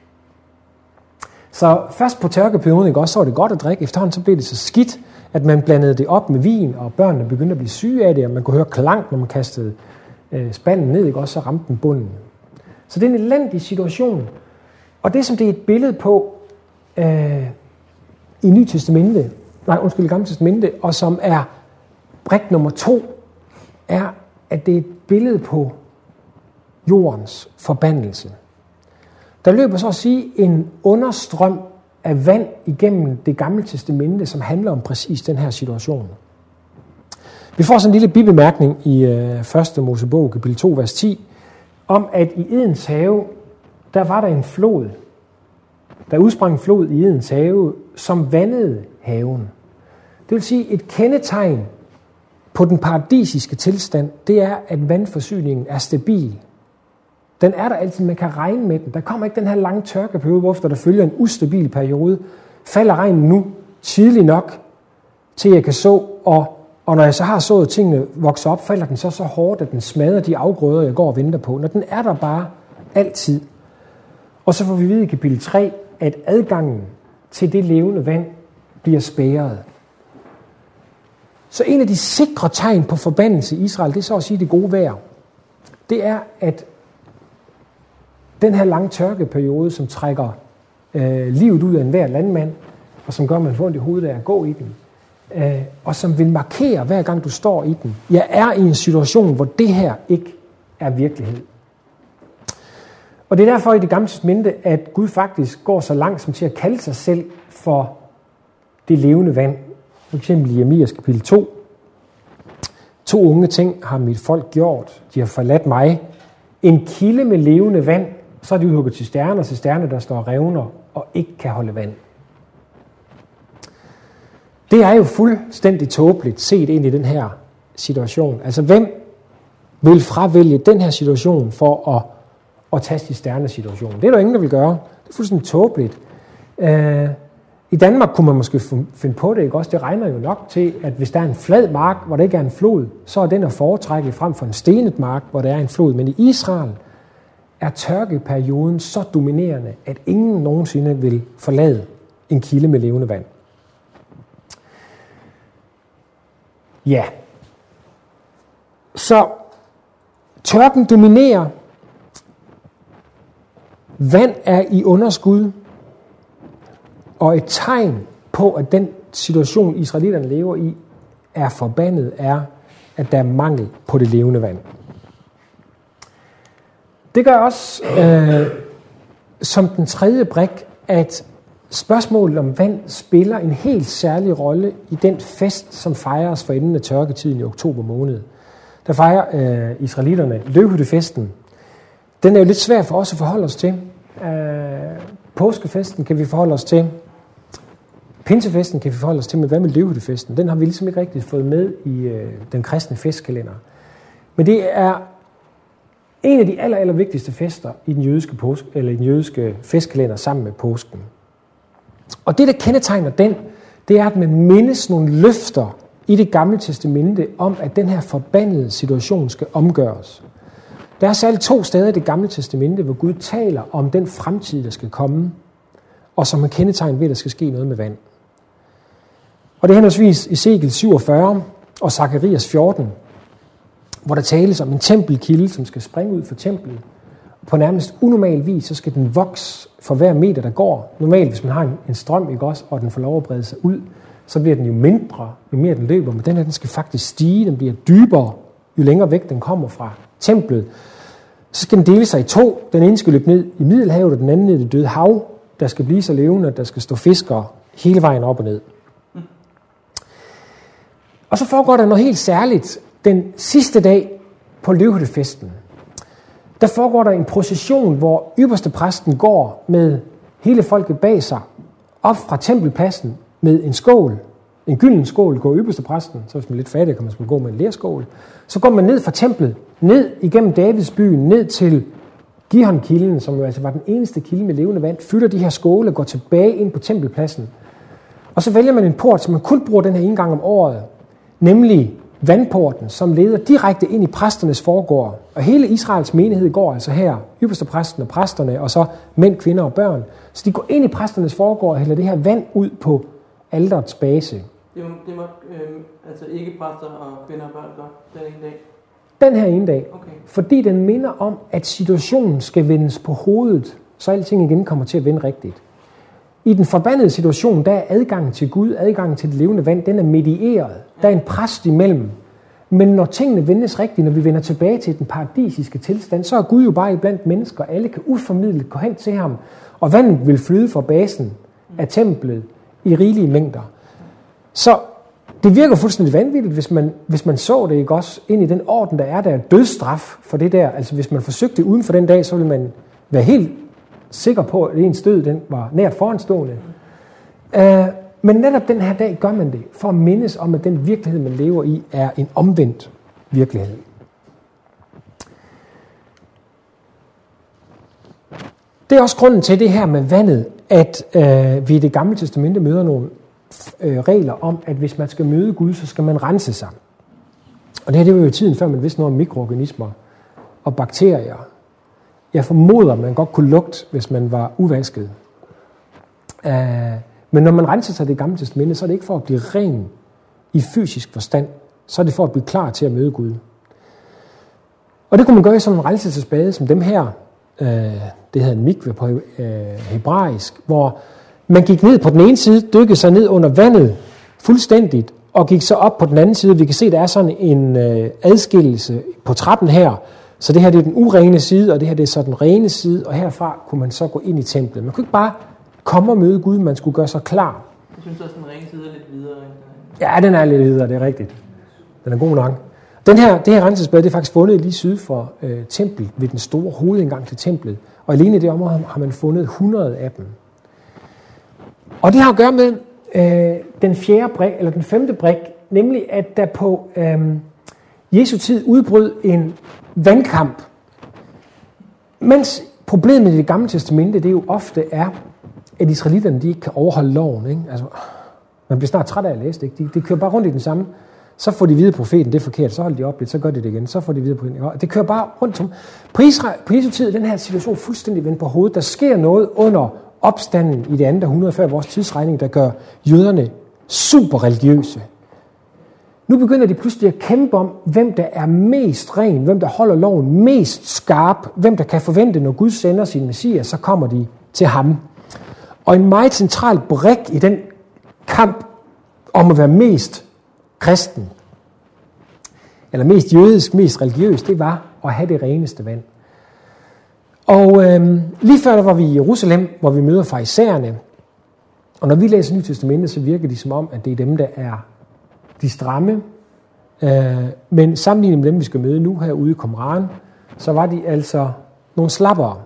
Så først på tørkeperioden, ikke, også, så var det godt at drikke. Efterhånden så blev det så skidt, at man blandede det op med vin, og børnene begyndte at blive syge af det, og man kunne høre klank, når man kastede øh, spanden ned, ikke, også, så ramte den bunden. Så det er en elendig situation. Og det, som det er et billede på øh, i Nye Testamente, nej, undskyld, Gamle Testamente, og som er brik nummer to, er, at det er et billede på jordens forbandelse. Der løber så at sige en understrøm af vand igennem det Gamle Testamente, som handler om præcis den her situation. Vi får sådan en lille bibemærkning i øh, første Mosebog, kapitel to, vers ti, om at i Edens have, der var der en flod. Der udsprang en flod i Edens have, som vandede haven. Det vil sige, et kendetegn på den paradisiske tilstand, det er, at vandforsyningen er stabil. Den er der altid, man kan regne med den. Der kommer ikke den her lange tørkeperiode, hvorfor der følger en ustabil periode. Falder regnen nu tidligt nok, til jeg kan så, og, og når jeg så har sået tingene vokser op, falder den så så hårdt, at den smadrer de afgrøder, jeg går og venter på. Når den er der bare altid. Og så får vi vide i kapitel tre, at adgangen til det levende vand bliver spærret. Så en af de sikre tegn på forbandelse i Israel, det er så at sige det gode vejr. Det er, at den her lange tørkeperiode, som trækker øh, livet ud af enhver landmand, og som gør, at man får ondt i hovedet af at gå i den, øh, og som vil markere, hver gang du står i den. Jeg er i en situation, hvor det her ikke er virkelighed. Og det er derfor i Det Gamle Testamente, at Gud faktisk går så langt som til at kalde sig selv for det levende vand. For eksempel i Jeremias kapitel to. To unge ting har mit folk gjort. De har forladt mig. En kilde med levende vand, så er de udhugget til stjerner, til stjerner, der står revner og ikke kan holde vand. Det er jo fuldstændig tåbeligt set ind i den her situation. Altså, hvem vil fravælge den her situation for at, at tage de stjernesituation? Det er der ingen, der vil gøre. Det er fuldstændig tåbeligt. Uh, I Danmark kunne man måske finde på det, ikke også? Det regner jo nok til, at hvis der er en flad mark, hvor der ikke er en flod, så er den at foretrække frem for en stenet mark, hvor der er en flod. Men i Israel er tørkeperioden så dominerende, at ingen nogensinde vil forlade en kilde med levende vand. Ja. Så tørken dominerer. Vand er i underskud. Og et tegn på, at den situation, israelitterne lever i, er forbandet, er, at der er mangel på det levende vand. Det gør også, øh, som den tredje brik, at spørgsmålet om vand spiller en helt særlig rolle i den fest, som fejres for enden af tørketiden i oktober måned. Der fejrer øh, israelitterne løvhyttefesten. Den er jo lidt svær for os at forholde os til. Øh, påskefesten kan vi forholde os til. Pinsefesten kan vi forholde os til, med hvad med løvhyttefesten? Den har vi ligesom ikke rigtig fået med i øh, den kristne festkalender. Men det er en af de aller, aller vigtigste fester i den jødiske, påske, eller i den jødiske festkalender sammen med påsken. Og det, der kendetegner den, det er, at man mindes nogle løfter i det gamle testamente om, at den her forbandede situation skal omgøres. Der er særligt to steder i det gamle testamente, hvor Gud taler om den fremtid, der skal komme, og som er kendetegnet ved, at der skal ske noget med vand. Og det er henholdsvis Ezekiel syvogfyrre og Zakarias fjorten, hvor der tales om en tempelkilde, som skal springe ud fra templet. På nærmest unormal vis, så skal den vokse for hver meter, der går. Normalt, hvis man har en, en strøm, ikke også, og den får lov at brede sig ud, så bliver den jo mindre, jo mere den løber. Men den her, den skal faktisk stige, den bliver dybere, jo længere væk den kommer fra templet. Så skal den dele sig i to. Den ene skal løbe ned i Middelhavet, og den anden ned i det døde hav. Der skal blive så levende, at der skal stå fiskere hele vejen op og ned. Og så foregår der noget helt særligt. Den sidste dag på løvhyttefesten, der foregår der en procession, hvor ypperstepræsten går med hele folket bag sig, op fra tempelpladsen med en skål. En gylden skål går ypperstepræsten, så hvis man er lidt fattig, kan man gå med en lerskål. Så går man ned fra templet, ned igennem Davidsbyen, ned til Gihon-kilden, som jo altså var den eneste kilde med levende vand, fylder de her skåle og går tilbage ind på tempelpladsen. Og så vælger man en port, som man kun bruger den her en gang om året, nemlig vandporten, som leder direkte ind i præsternes forgård. Og hele Israels menighed går altså her, ypperstepræsten og præsterne, og så mænd, kvinder og børn. Så de går ind i præsternes forgård og hælder det her vand ud på alterets base. Det må, det må øh, altså ikke præster og kvinder og børn gøre den ene dag? Den her ene dag. Okay. Fordi den minder om, at situationen skal vendes på hovedet, så alting igen kommer til at vende rigtigt. I den forbandede situation, der er adgangen til Gud, adgangen til det levende vand, den er medieret. Der er en præst imellem. Men når tingene vendes rigtigt, når vi vender tilbage til den paradisiske tilstand, så er Gud jo bare iblandt mennesker. Alle kan uformidlet gå hen til ham, og vandet vil flyde fra basen af templet i rigelige mængder. Så det virker fuldstændig vanvittigt, hvis man, hvis man så det ikke også ind i den orden, der er der dødsstraf for det der. Altså hvis man forsøgte det uden for den dag, så ville man være helt sikker på, at ens død den var nært foranstående. Uh, men netop den her dag gør man det, for at mindes om, at den virkelighed, man lever i, er en omvendt virkelighed. Det er også grunden til det her med vandet, at uh, vi i det gamle testamente møder nogle uh, regler om, at hvis man skal møde Gud, så skal man rense sig. Og det her, det var jo i tiden, før man vidste noget om mikroorganismer og bakterier. Jeg formoder, at man godt kunne lugte, hvis man var uvasket. Uh, men når man renser sig i det gamle testamente, så er det ikke for at blive ren i fysisk forstand. Så er det for at blive klar til at møde Gud. Og det kunne man gøre i sådan en renselsesbade som dem her. Uh, det hedder en mikve på uh, hebraisk, hvor man gik ned på den ene side, dykkede sig ned under vandet fuldstændigt, og gik så op på den anden side. Vi kan se, at der er sådan en uh, adskillelse på trappen her. Så det her det er den urene side, og det her det er så den rene side, og herfra kunne man så gå ind i templet. Man kunne ikke bare komme og møde Gud, man skulle gøre sig klar. synes også, den rene side er lidt videre. Ja, den er lidt videre, det er rigtigt. Den er god nok. Den her, det her renselsesbad, det er faktisk fundet lige syd for øh, templet, ved den store hovedindgang til templet. Og alene i det område har man fundet hundrede af dem. Og det har at gøre med øh, den fjerde brik, eller den femte brik, nemlig at der på øh, Jesu tid udbrød en vandkamp. Mens problemet i det gamle testamente, det jo ofte er, at israelitterne de ikke kan overholde loven. Ikke? Altså, man bliver snart træt af at læse det. Ikke? De, de kører bare rundt i den samme. Så får de vide profeten, det er forkert, så holder de op lidt, så gør de det igen, så får de vide profeten. Det kører bare rundt om. På, Israel, på Jesu tid, den her situation fuldstændig vendt på hovedet. Der sker noget under opstanden i det andet århundrede før vores tidsregning, der gør jøderne super religiøse. Nu begynder de pludselig at kæmpe om, hvem der er mest ren, hvem der holder loven mest skarp, hvem der kan forvente, når Gud sender sin messias, så kommer de til ham. Og en meget central brik i den kamp om at være mest kristen, eller mest jødisk, mest religiøs, det var at have det reneste vand. Og øhm, lige før der var vi i Jerusalem, hvor vi møder farisæerne, og når vi læser Nye Testamentet, så virker de som om, at det er dem, der er de stramme, øh, men sammenlignet med dem, vi skal møde nu herude i Qumran, så var de altså nogle slappere.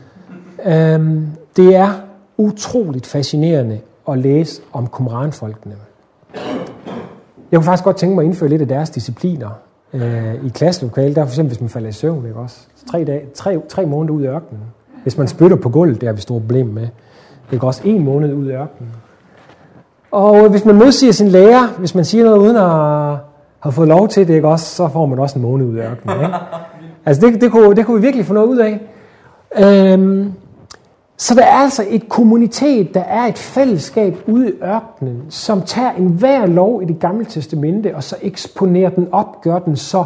Øh, det er utroligt fascinerende at læse om Qumran-folkene. Jeg kunne faktisk godt tænke mig at indføre lidt af deres discipliner øh, i klasselokalet. Der er for eksempel, hvis man falder i søvn, ikke også? Tre, dage, tre, tre måneder ud i ørkenen. Hvis man spytter på gulvet, det har vi store problemer med. Det går også en måned ud i ørkenen. Og hvis man modsiger sin lærer, hvis man siger noget uden at have fået lov til det, ikke også, så får man også en måned ud i ørkenen. Ikke? Altså det, det, kunne, det kunne vi virkelig få noget ud af. Øhm, så der er altså et kommunitet, der er et fællesskab ude i ørkenen, som tager enhver lov i det gamle testamente, og så eksponerer den op, gør den så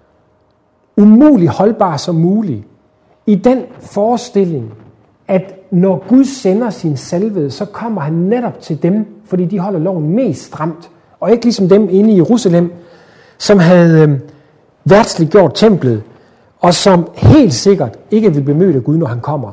umulig holdbar som muligt. I den forestilling, at når Gud sender sin salvede, så kommer han netop til dem, fordi de holder loven mest stramt, og ikke ligesom dem inde i Jerusalem, som havde øh, værtsligt gjort templet, og som helt sikkert ikke vil blive mødt af Gud, når han kommer.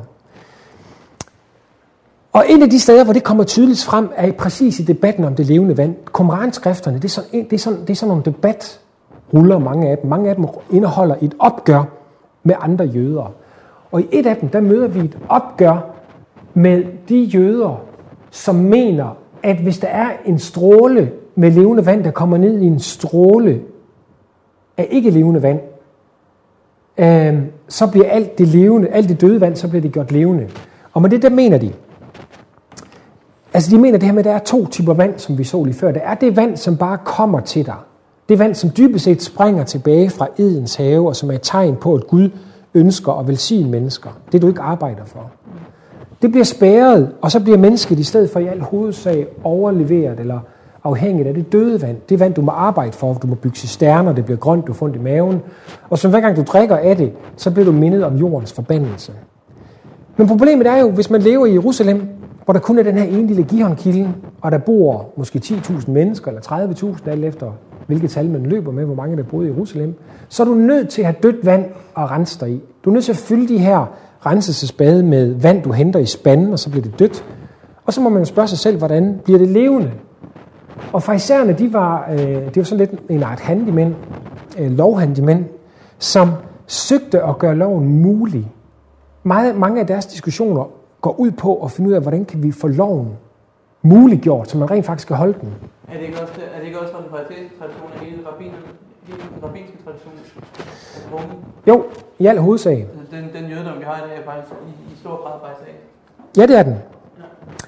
Og en af de steder, hvor det kommer tydeligt frem, er præcis i debatten om det levende vand. Qumran-skrifterne, det er sådan, det er sådan, det er sådan nogle debatruller, mange af dem. Mange af dem indeholder et opgør med andre jøder. Og i et af dem, der møder vi et opgør med de jøder, som mener, at hvis der er en stråle med levende vand, der kommer ned i en stråle af ikke levende vand, øh, så bliver alt det levende, alt det døde vand, så bliver det gjort levende. Og med det, der mener de, altså de mener det her med, at der er to typer vand, som vi så lige før. Der er det vand, som bare kommer til dig. Det vand, som dybest set springer tilbage fra Edens have, og som er et tegn på, at Gud ønsker at velsigne mennesker. Det du ikke arbejder for. Det bliver spærret, og så bliver mennesket i stedet for i al hovedsag overleveret eller afhængigt af det døde vand. Det vand, du må arbejde for. Du må bygge cisterner, det bliver grønt, du får ondt i maven. Og så hver gang du drikker af det, så bliver du mindet om jordens forbandelse. Men problemet er jo, hvis man lever i Jerusalem, hvor der kun er den her ene lille Gihon-kilde, og der bor måske ti tusind mennesker, eller tredive tusind, alt efter hvilket tal man løber med, hvor mange der bor i Jerusalem, så er du nødt til at have dødt vand og rense dig i. Du er nødt til at fylde de her renselsesbade med vand, du henter i spanden, og så bliver det dødt. Og så må man jo spørge sig selv, hvordan bliver det levende? Og farisæerne, de var, øh, det var sådan lidt en art handymænd, øh, lovhandymænd, som søgte at gøre loven mulig. Meget, mange af deres diskussioner går ud på at finde ud af, hvordan kan vi få loven muliggjort, så man rent faktisk skal holde den. Er det ikke også, er det ikke også fra den farisæiske tradition, af hele den rabbinske tradition? Altså, jo, i al hovedsag. Den, den jødedom, vi har i dag, er faktisk i, i stor grad farisæisk. Ja, det er den. Ja.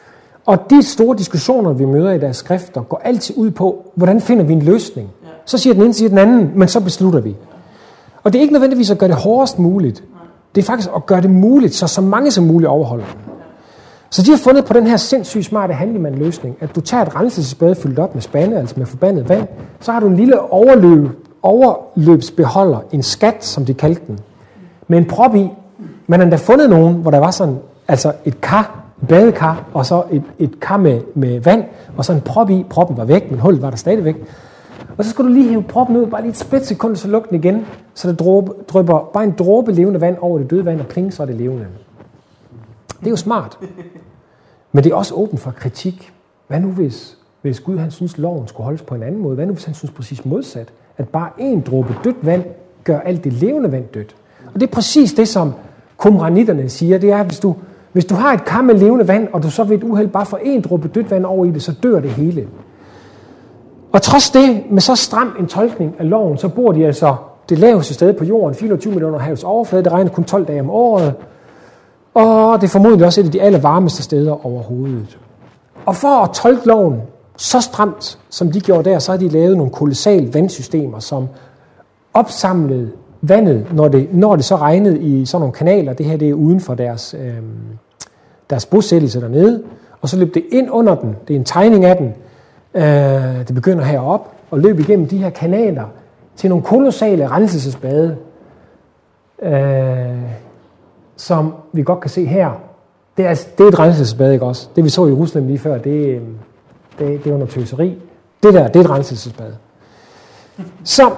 Og de store diskussioner, vi møder i deres skrifter, går altid ud på, hvordan finder vi en løsning. Ja. Så siger den ene, siger den anden, men så beslutter vi. Ja. Og det er ikke nødvendigvis at gøre det hårdest muligt. Ja. Det er faktisk at gøre det muligt, så så mange som muligt overholder den. Ja. Så de har fundet på den her sindssygt smarte handyman-løsning, at du tager et renselsesbad fyldt op med spande, altså med forbandet vand, så har du en lille overløb, overløbsbeholder, en skat, som de kaldte den, med en prop i. Man har endda fundet nogen, hvor der var sådan, altså et kar, et badekar, og så et, et kar med, med vand, og så en prop i. Proppen var væk, men hullet var der stadigvæk. Og så skulle du lige hive proppen ud, bare lige et splitsekund, så lukke den igen, så der dråbe, drypper bare en dråbe levende vand over det døde vand, og pling, så er det levende. Det er jo smart. Men det er også åbent for kritik. Hvad nu hvis, hvis Gud han synes, loven skulle holdes på en anden måde? Hvad nu hvis han synes præcis modsat? At bare en dråbe dødt vand gør alt det levende vand dødt. Og det er præcis det, som qumranitterne siger. Det er, hvis du, hvis du har et kar med levende vand, og du så ved et uheld bare får en dråbe dødt vand over i det, så dør det hele. Og trods det, med så stram en tolkning af loven, så bor de altså det laveste sted på jorden, fire hundrede og tyve meter under havets overflade. Det regner kun tolv dage om året. Og det er formodentlig også et af de aller varmeste steder overhovedet. Og for at tolke loven så stramt, som de gjorde der, så har de lavet nogle kolossale vandsystemer, som opsamlede vandet, når det, når det så regnede i sådan nogle kanaler. Det her det er uden for deres, øh, deres bosættelse dernede. Og så løb det ind under den. Det er en tegning af den. Øh, det begynder herop og løb igennem de her kanaler til nogle kolossale renselsesbade, øh, som vi godt kan se her. Det er, det er et renselsesbad, ikke også? Det vi så i Rusland lige før, det, det, det var noget tøseri. Det der, det er et renselsesbad. Så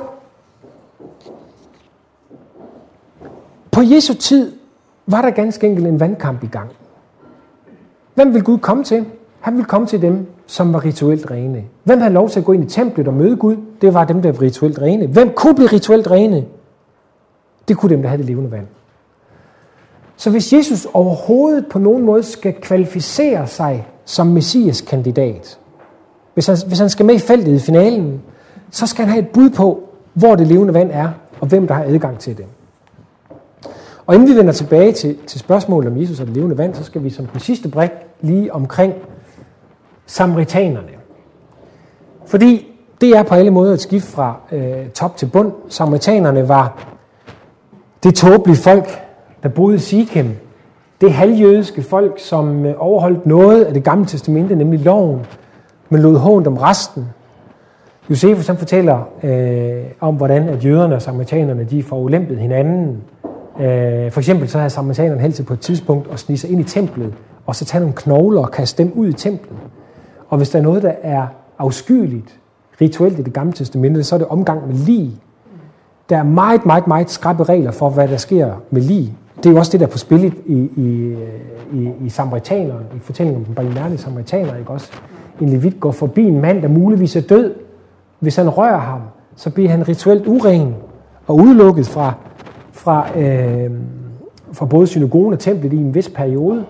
på Jesu tid var der ganske enkelt en vandkamp i gang. Hvem vil Gud komme til? Han ville komme til dem, som var rituelt rene. Hvem havde lov til at gå ind i templet og møde Gud? Det var dem, der var rituelt rene. Hvem kunne blive rituelt rene? Det kunne dem, der havde det levende vand. Så hvis Jesus overhovedet på nogen måde skal kvalificere sig som messiaskandidat, hvis han, hvis han skal med i feltet i finalen, så skal han have et bud på, hvor det levende vand er, og hvem der har adgang til det. Og inden vi vender tilbage til, til spørgsmålet om Jesus og det levende vand, så skal vi som den sidste brik lige omkring samaritanerne. Fordi det er på alle måder et skift fra øh, top til bund. Samaritanerne var det tåbelige folk, der boede i Sikem. Det halvjødiske folk, som øh, overholdt noget af det gamle testamente, nemlig loven, men lod hånt om resten. Josefus han fortæller øh, om, hvordan at jøderne og samaritanerne de forulæmpede hinanden. Øh, for eksempel så havde samaritanerne helst på et tidspunkt at snige sig ind i templet, og så tage nogle knogler og kaste dem ud i templet. Og hvis der er noget, der er afskyeligt, rituelt i det gamle testamente, så er det omgang med lig. Der er meget, meget, meget skrappe regler for, hvad der sker med lig. Det er jo også det, der er på spil i, i, i, i samaritanerne, i fortællingen om den barmhjertige samaritaner, ikke også? En levit går forbi en mand, der muligvis er død. Hvis han rører ham, så bliver han rituelt uren og udelukket fra, fra, øh, fra både synagogen og templet i en vis periode.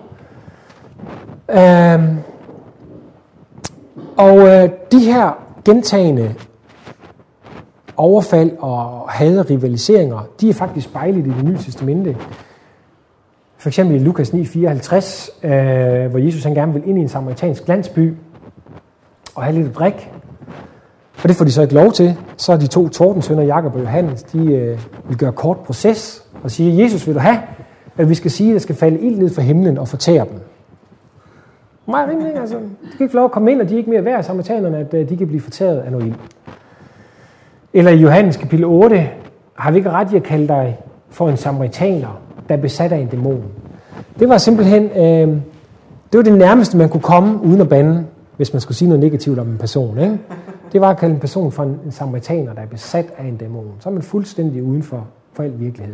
Øh, og øh, de her gentagende overfald og had og rivaliseringer, de er faktisk spejlet i Det Nye Testamente. For eksempel i Lukas ni fireoghalvtreds, øh, hvor Jesus han gerne vil ind i en samaritansk landsby og have lidt drik. Og det får de så ikke lov til. Så er de to tordensønner, Jakob og Johannes, de øh, vil gøre kort proces og sige, Jesus, vil du have, at vi skal sige, at der skal falde ild ned fra himlen og fortære dem? Meget rimeligt, altså. De kan ikke få lov at komme ind, og de er ikke mere værd, samaritanerne, at øh, de kan blive fortæret af noget ild. Eller i Johannes kapitel otte, har vi ikke ret i at kalde dig for en samaritaner, der er besat af en dæmon. Det var simpelthen, øh, det var det nærmeste, man kunne komme uden at bande, hvis man skulle sige noget negativt om en person. Ikke? Det var at kalde en person for en, en samaritaner, der er besat af en dæmon. Så er man fuldstændig uden for, for al virkelighed.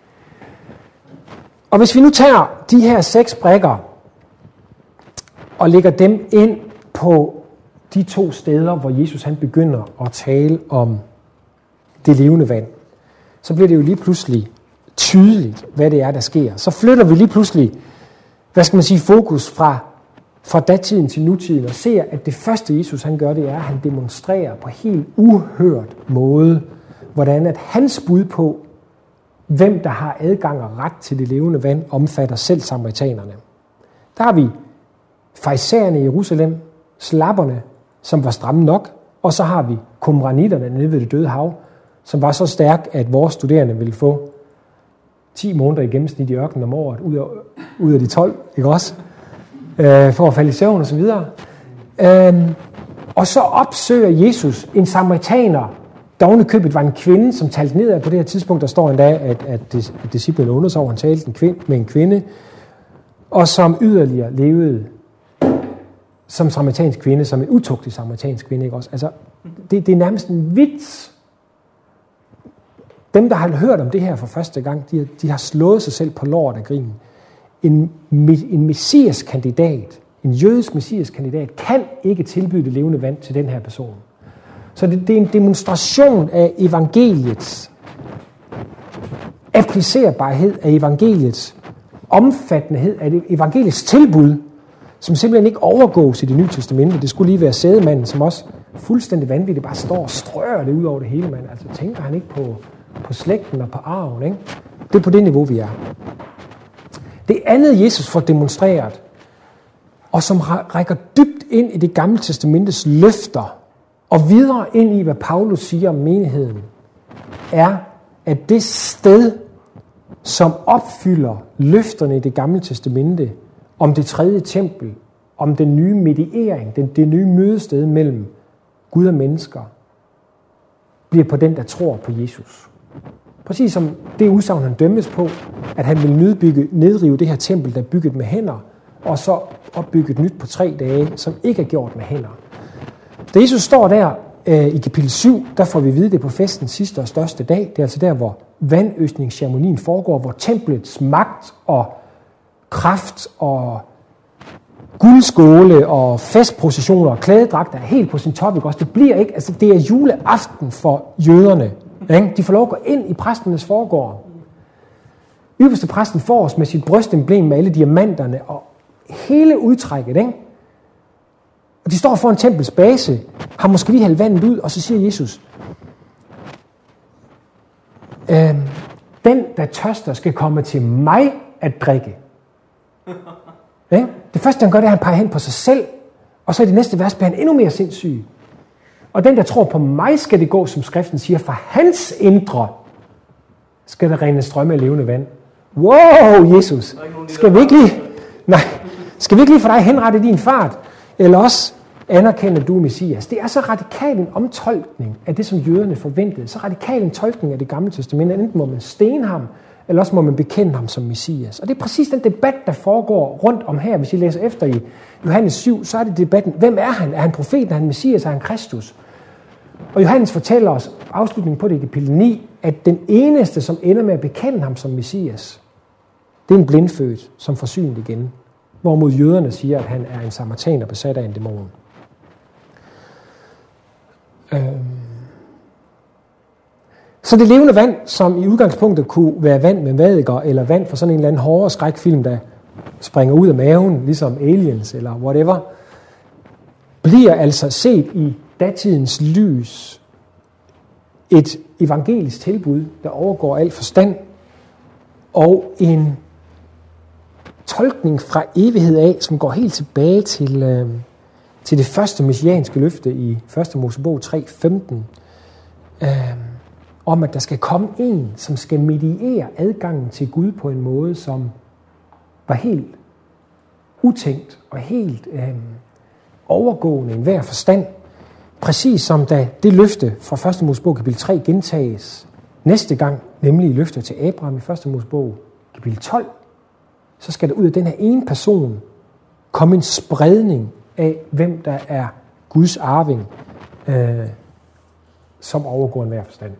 Og hvis vi nu tager de her seks brikker, og lægger dem ind på de to steder, hvor Jesus han begynder at tale om det levende vand, så bliver det jo lige pludselig tydeligt, hvad det er, der sker. Så flytter vi lige pludselig, hvad skal man sige, fokus fra, fra datiden til nutiden, og ser, at det første Jesus han gør, det er, at han demonstrerer på helt uhørt måde, hvordan at hans bud på, hvem der har adgang og ret til det levende vand, omfatter selv samaritanerne. Der har vi farisæerne i Jerusalem, slapperne, som var stramme nok, og så har vi qumranitterne nede ved det døde hav, som var så stærk, at vores studerende ville få ti måneder i gennemsnit i ørkenen om året, ud af, ud af de tolv, ikke også? Øh, for at falde i søvn og så videre. Øh, og så opsøger Jesus en samaritaner, der ovenikøbet var en kvinde, som talte nedad på det her tidspunkt. Der står endda, at, at, at disciplene undersøger, han talte en kvinde, med en kvinde, og som yderligere levede som samaritansk kvinde, som en utugtig samaritansk kvinde, ikke også? Altså, det, det er nærmest en vits. Dem, der har hørt om det her for første gang, de, de har slået sig selv på låret af grin. En, en messiaskandidat, en jødisk messiaskandidat, kan ikke tilbyde det levende vand til den her person. Så det, det er en demonstration af evangeliets applicerbarhed, af evangeliets omfattenhed, af evangeliets tilbud, som simpelthen ikke overgås i Det Nye Testamente. Det skulle lige være sædemanden, som også fuldstændig vanvittigt bare står og strør det ud over det hele, mand. Altså tænker han ikke på, på slægten og på arven, ikke? Det er på det niveau, vi er. Det andet, Jesus får demonstreret, og som rækker dybt ind i Det Gamle Testamentes løfter, og videre ind i, hvad Paulus siger om menigheden, er, at det sted, som opfylder løfterne i Det Gamle Testamente, om det tredje tempel, om den nye mediering, den, det nye mødested mellem Gud og mennesker, bliver på den, der tror på Jesus. Præcis som det udsagn, han dømmes på, at han vil nedbygge, nedrive det her tempel, der er bygget med hænder, og så opbygge et nyt på tre dage, som ikke er gjort med hænder. Da Jesus står der øh, i kapitel syv, der får vi vide det på festens sidste og største dag. Det er altså der, hvor vandøsningsceremonien foregår, hvor templets magt og kraft og guldskåle og festprocessioner og klædedragter er helt på sin top. Ikke? Også det bliver ikke, altså det er juleaften for jøderne. Ikke? De får lov at gå ind i præsternes forgård. Ypperste præsten får os med sit brystemblem med alle diamanterne og hele udtrækket. Ikke? Og de står foran tempels base, har måske lige hældt vandet ud, og så siger Jesus, øhm, den, der tørster, skal komme til mig at drikke. Ikke? Det første, han gør, det er, at han peger hen på sig selv, og så i det næste vers bliver han endnu mere sindssyg. Og den, der tror på mig, skal det gå, som skriften siger, fra hans indre skal der rene strømme af levende vand. Wow, Jesus! Skal vi ikke lige, nej, skal vi ikke lige for dig henrette din fart? Eller også anerkende, at du er Messias. Det er så radikal en omtolkning af det, som jøderne forventede. Så radikal en tolkning af Det Gamle Testamente. Enten må man stene ham, eller også må man bekende ham som Messias. Og det er præcis den debat, der foregår rundt om her. Hvis I læser efter i Johannes syv, så er det debatten. Hvem er han? Er han profeten? Er han Messias? Er han Kristus? Og Johannes fortæller os, afslutningen på det i kapitel ni, at den eneste, som ender med at bekende ham som Messias, det er en blindfødt, som får synet igen. Hvorimod jøderne siger, at han er en samaritaner besat af en dæmon. Øhm. Så det levende vand, som i udgangspunktet kunne være vand med vadiker, eller vand fra sådan en eller anden hårdere skrækfilm, der springer ud af maven, ligesom Aliens eller whatever, bliver altså set i datidens lys et evangelisk tilbud, der overgår al forstand, og en tolkning fra evighed af, som går helt tilbage til, øh, til det første messianske løfte i første Mosebog tre femten, øh, om at der skal komme en, som skal mediere adgangen til Gud på en måde, som var helt utænkt og helt øh, overgående i enhver forstand. Præcis som da det løfte fra første Mosebog kapitel tre gentages næste gang, nemlig i løftet til Abraham i første Mosebog kapitel tolv, så skal der ud af den her ene person komme en spredning af, hvem der er Guds arving, øh, som overgår enhver forstand.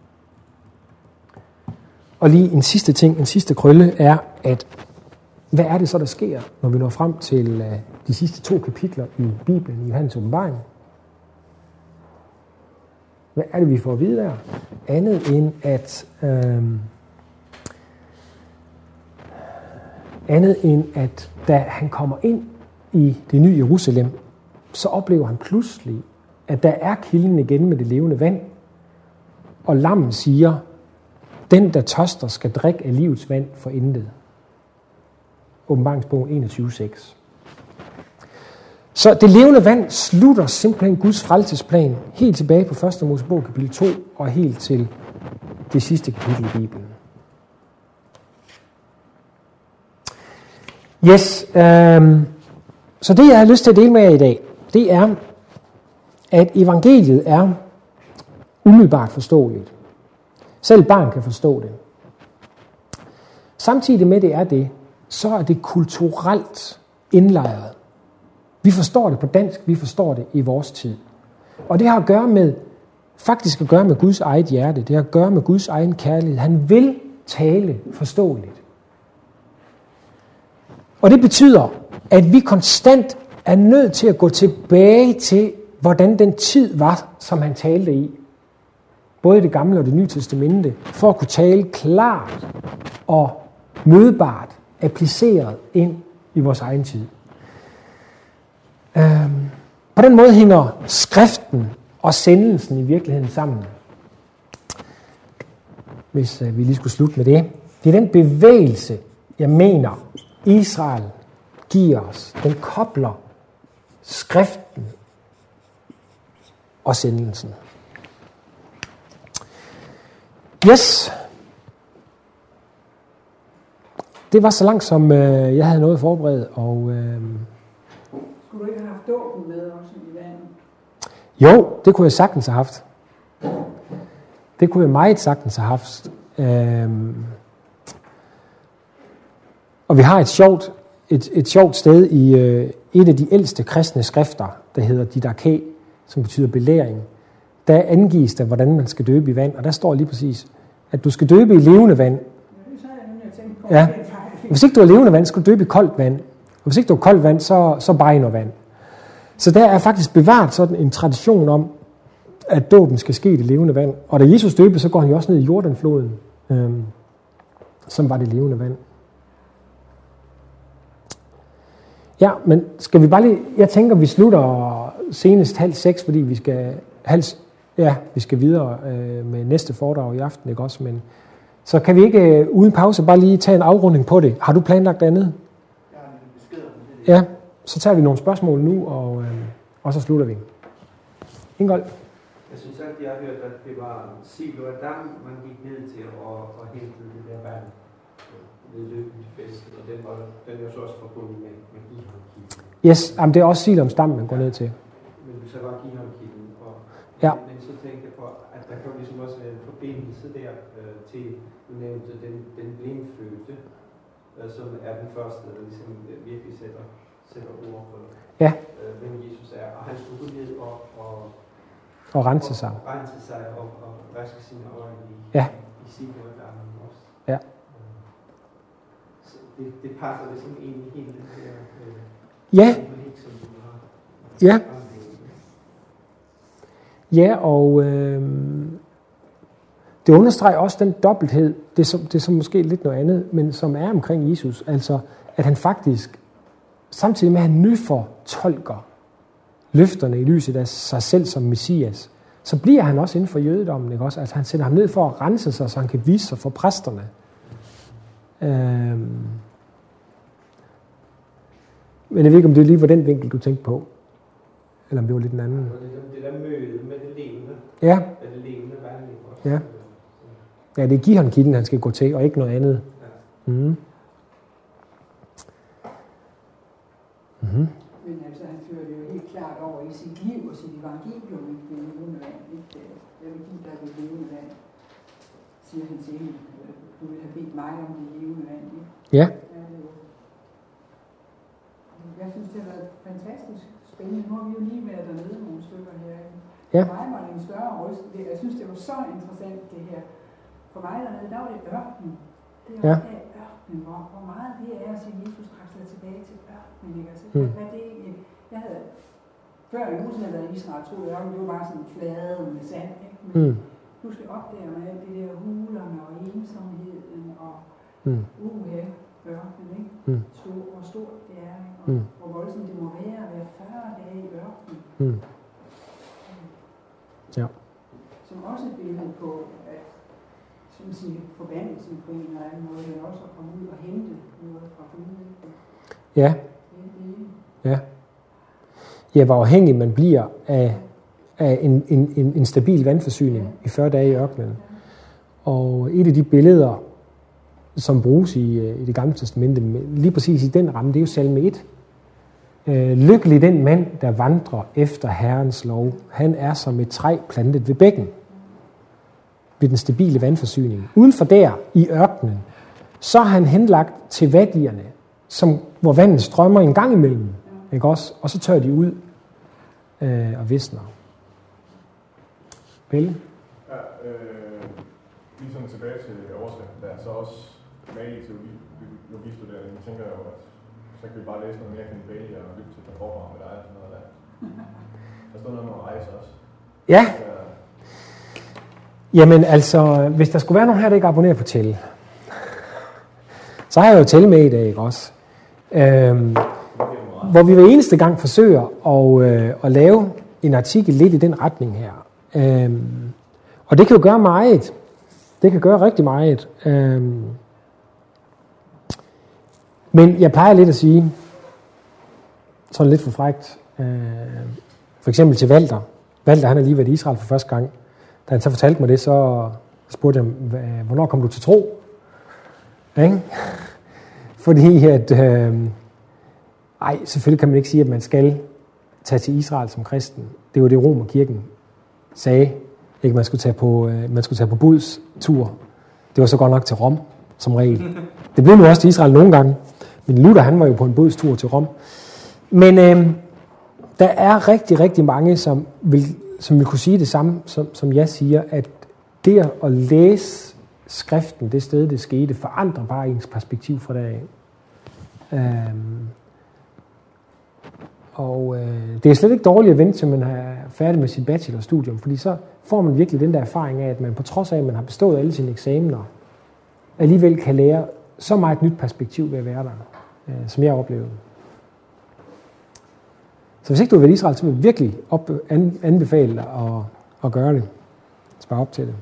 Og lige en sidste ting, en sidste krølle, er, at hvad er det så, der sker, når vi når frem til øh, de sidste to kapitler i Bibelen, i Johannes åbenbaring? Hvad er det, vi får at vide der? Andet end at, øh, andet end at da han kommer ind i det nye Jerusalem, så oplever han pludselig, at der er kilden igen med det levende vand, og lammen siger, den, der tørster, skal drikke af livets vand for intet. Åbenbaringsbogen enogtyve seks. Så det levende vand slutter simpelthen Guds frelsesplan helt tilbage på første Mosebog kapitel to og helt til det sidste kapitel i Bibelen. Yes, øh, så det jeg har lyst til at dele med jer i dag, det er, at evangeliet er umiddelbart forståeligt. Selv barn kan forstå det. Samtidig med det er det, så er det kulturelt indlejret. Vi forstår det på dansk, vi forstår det i vores tid. Og det har at gøre med, faktisk at gøre med Guds eget hjerte. Det har at gøre med Guds egen kærlighed. Han vil tale forståeligt. Og det betyder, at vi konstant er nødt til at gå tilbage til, hvordan den tid var, som han talte i. Både det gamle og det nye testamente, for at kunne tale klart og mødebart, appliceret ind i vores egen tid. Øhm, på den måde hænger skriften og sendelsen i virkeligheden sammen. Hvis øh, vi lige skulle slutte med det. Det er den bevægelse, jeg mener, Israel giver os. Den kobler skriften og sendelsen. Yes. Det var så langt, som øh, jeg havde noget forberedt. Og, øh, Skulle du ikke have haft dåben med også i vandet? jo, det kunne jeg sagtens have haft. Det kunne jeg meget sagtens have haft. Øh, og vi har et sjovt, et, et sjovt sted i øh, et af de ældste kristne skrifter, der hedder Didache, som betyder belæring. Der angives der, hvordan man skal døbe i vand, og der står lige præcis, at du skal døbe i levende vand. Ja. Hvis ikke du har levende vand, skal du døbe i koldt vand. Og hvis ikke du har koldt vand, så, så bregner vand. Så der er faktisk bevaret sådan en tradition om, at dåben skal ske i det levende vand. Og da Jesus døbte, så går han jo også ned i Jordanfloden, øhm, som var det levende vand. Ja, men skal vi bare lige... Jeg tænker, vi slutter senest halv seks, fordi vi skal... Halv, ja, vi skal videre øh, med næste foredrag i aften, ikke også? Men så kan vi ikke øh, uden pause bare lige tage en afrunding på det. Har du planlagt andet? Ja, så tager vi nogle spørgsmål nu, og, øh, og så slutter vi. Ingolf? Jeg synes altid, jeg har hørt, at det var Silo og Dam, man gik ned til og, og hente det der vand ved løbet til festen, og den, var, den er så også forbundet med, med Gihon-kilden. Yes, jamen det er også Silums Dam, man går ned til. Men du så var Gihon-kilden, og ja. Men så tænkte jeg på, at der kan ligesom også være en forbindelse der øh, til, du nævnte den, den blindfødte, øh, som er den første, der ligesom virkelig sætter, sætter ord på, ja. øh, hvem Jesus er. Og han skulle gå ned og, og Og rense sig. Og rense sig og, og vaske sine øjne i, ja. i Silkeborg også. Ja. Så det, det passer ligesom ind i hele den her øh, ja. symbolik, som du har. Ja. Ja, og øh, det understreger også den dobbelthed, det er, så, det er så måske lidt noget andet, men som er omkring Jesus. Altså, at han faktisk, samtidig med at han nyfortolker løfterne i lyset af sig selv som Messias, så bliver han også inden for jødedommen, ikke også? Altså han sender ham ned for at rense sig, så han kan vise sig for præsterne. Øhm. Men jeg ved ikke, om det lige var den vinkel, du tænkte på, eller om det var lidt en anden. Det der møde med det levende. Ja. Med det levende vand. Ja. Ja, det er Gihon-kilden, han skal gå til, og ikke noget andet. Ja. Mm. Mm-hmm. Men altså, han fører det jo helt klart over i sit liv og sit evangelium i det levende vand. Jeg vil give dig det levende vand, siger han til hende. Du vil have bedt mig om det levende vand. Ikke? Ja. Jeg synes, det har været fantastisk spændende. Nu har vi jo lige været dernede nogle stykker her. Ja. For mig var det en større ryst. Jeg synes, det var så interessant, det her. For mig dernede, der var det ørken. Det var ja. Det ørken, hvor, hvor meget det er at se Jesus trække sig tilbage til ørken. Ikke? Altså, mm. hvad det egentlig... Jeg havde... Før jeg nogensinde havde været i Israel, troede jeg, det var bare sådan en flade med sand. Ikke? Men mm. pludselig opdager man alt det der hulerne og ensomheden og mm. uha, ørken, ikke? Mm. Stor, hvor stort det er, ikke? Og mm. hvor voldsomt det må være at være fyrre dage i ørken. Mm. Ja. Som også et billede på, at som siger, forbandelsen på en eller anden måde, men også at komme ud og hente noget fra Gud. Ja. Ja. Ja, hvor afhængig man bliver af, af en, en, en, en stabil vandforsyning ja. I fyrre dage i ørkenen. Ja. Og et af de billeder, som bruges i, i det gamle testamente, lige præcis i den ramme, det er jo salme et. Øh, lykkelig den mand, der vandrer efter Herrens lov. Han er som et træ plantet ved bækken. Ved den stabile vandforsyning. Uden for der, i ørkenen, så er han henlagt til vadierne, som, hvor vandet strømmer en gang imellem. Ikke også? Og så tør de ud øh, og visner. Pelle? Ja, øh, lige sådan tilbage til overskriften der, så også malig teologi, logistuderende. Jeg tænker jo, at Så kan vi bare læse noget mere Ken Bailey og lytte til et forberedt med dig og sådan noget der. Der står noget med at rejse også. Ja. Jamen altså, hvis der skulle være nogen her, der ikke abonnerer på Tælle, så har jeg jo Tælle med i dag, ikke også? Øhm, hvor vi hver eneste gang forsøger at, øh, at lave en artikel lidt i den retning her. Øhm, og det kan jo gøre meget. Det kan gøre rigtig meget. Øhm, men jeg plejer lidt at sige, sådan lidt for frækt, øh, for eksempel til Walter. Walter, han har lige været i Israel for første gang. Da han så fortalte mig det, så spurgte jeg, hvornår kom du til tro? Ikke? Fordi at, øh, ej, selvfølgelig kan man ikke sige, at man skal tage til Israel som kristen. Det var det, Romerkirken sagde. Ikke, man skulle tage på, øh, man skulle tage på budstur. Det var så godt nok til Rom, som regel. Det blev nu også til Israel nogle gange. Men Luther, han var jo på en budstur til Rom. Men øh, der er rigtig, rigtig mange, som vil, som vil kunne sige det samme, som, som jeg siger, at det at læse skriften, det sted, det skete, forandrer bare ens perspektiv fra deraf. Øhm, og øh, det er slet ikke dårligt at vente, til man er færdig med sit bachelorstudium, fordi så får man virkelig den der erfaring af, at man på trods af, at man har bestået alle sine eksamener, alligevel kan lære så meget nyt perspektiv ved at være der, øh, som jeg oplevede. Så hvis ikke du har været i Israel, så vil jeg virkelig op, an, anbefale dig at, at gøre det. Spar op til det.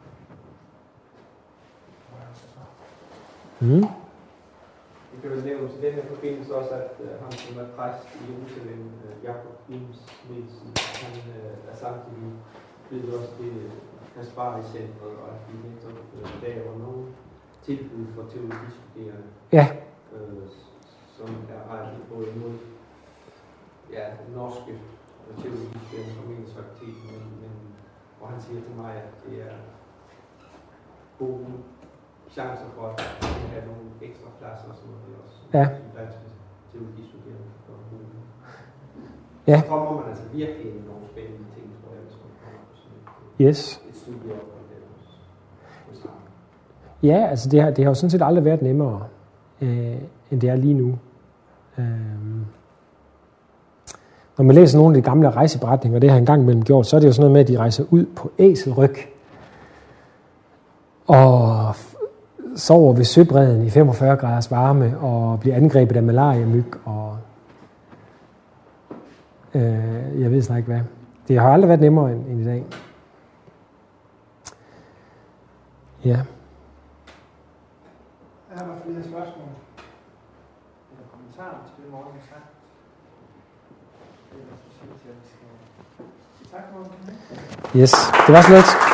Mm. Det kan vel nævnes i denne forbindelse også, at uh, han som er præst i Jerusalem, uh, Jakob Ims Nielsen, han uh, er samtidig blevet også det Kaspari-centret, og at vi netop uh, laver nogle tilbud for teologistuderende, ja. uh, som er rettet både imod ja, norske teologistuderende fra meningsfakulteten, men, men hvor han siger til mig, at det er gode chancer for, at vi kan have nogle ekstra pladser og sådan noget også. Ja. Danske teologistuderende for at bruge. Ja. Så kommer man altså virkelig ind i nogle spændende ting, tror jeg, hvis man kommer på sådan et, Yes. et studieophold der hos, hos ham. Ja, altså det har, det har jo sådan set aldrig været nemmere, øh, end det er lige nu. Øh, når man læser nogle af de gamle rejseberetninger, og det har jeg engang imellem gjort, så er det jo sådan noget med, at de rejser ud på æselryg og sover ved søbredden i femogfyrre graders varme og bliver angrebet af malaria-myg og øh, jeg ved snart ikke hvad. Det har aldrig været nemmere end, end i dag. Ja. Er der flere spørgsmål eller kommentarer til det, Morten har sagt? Ellers så synes jeg, at vi skal sige tak, Morten. Yes, det var så lidt.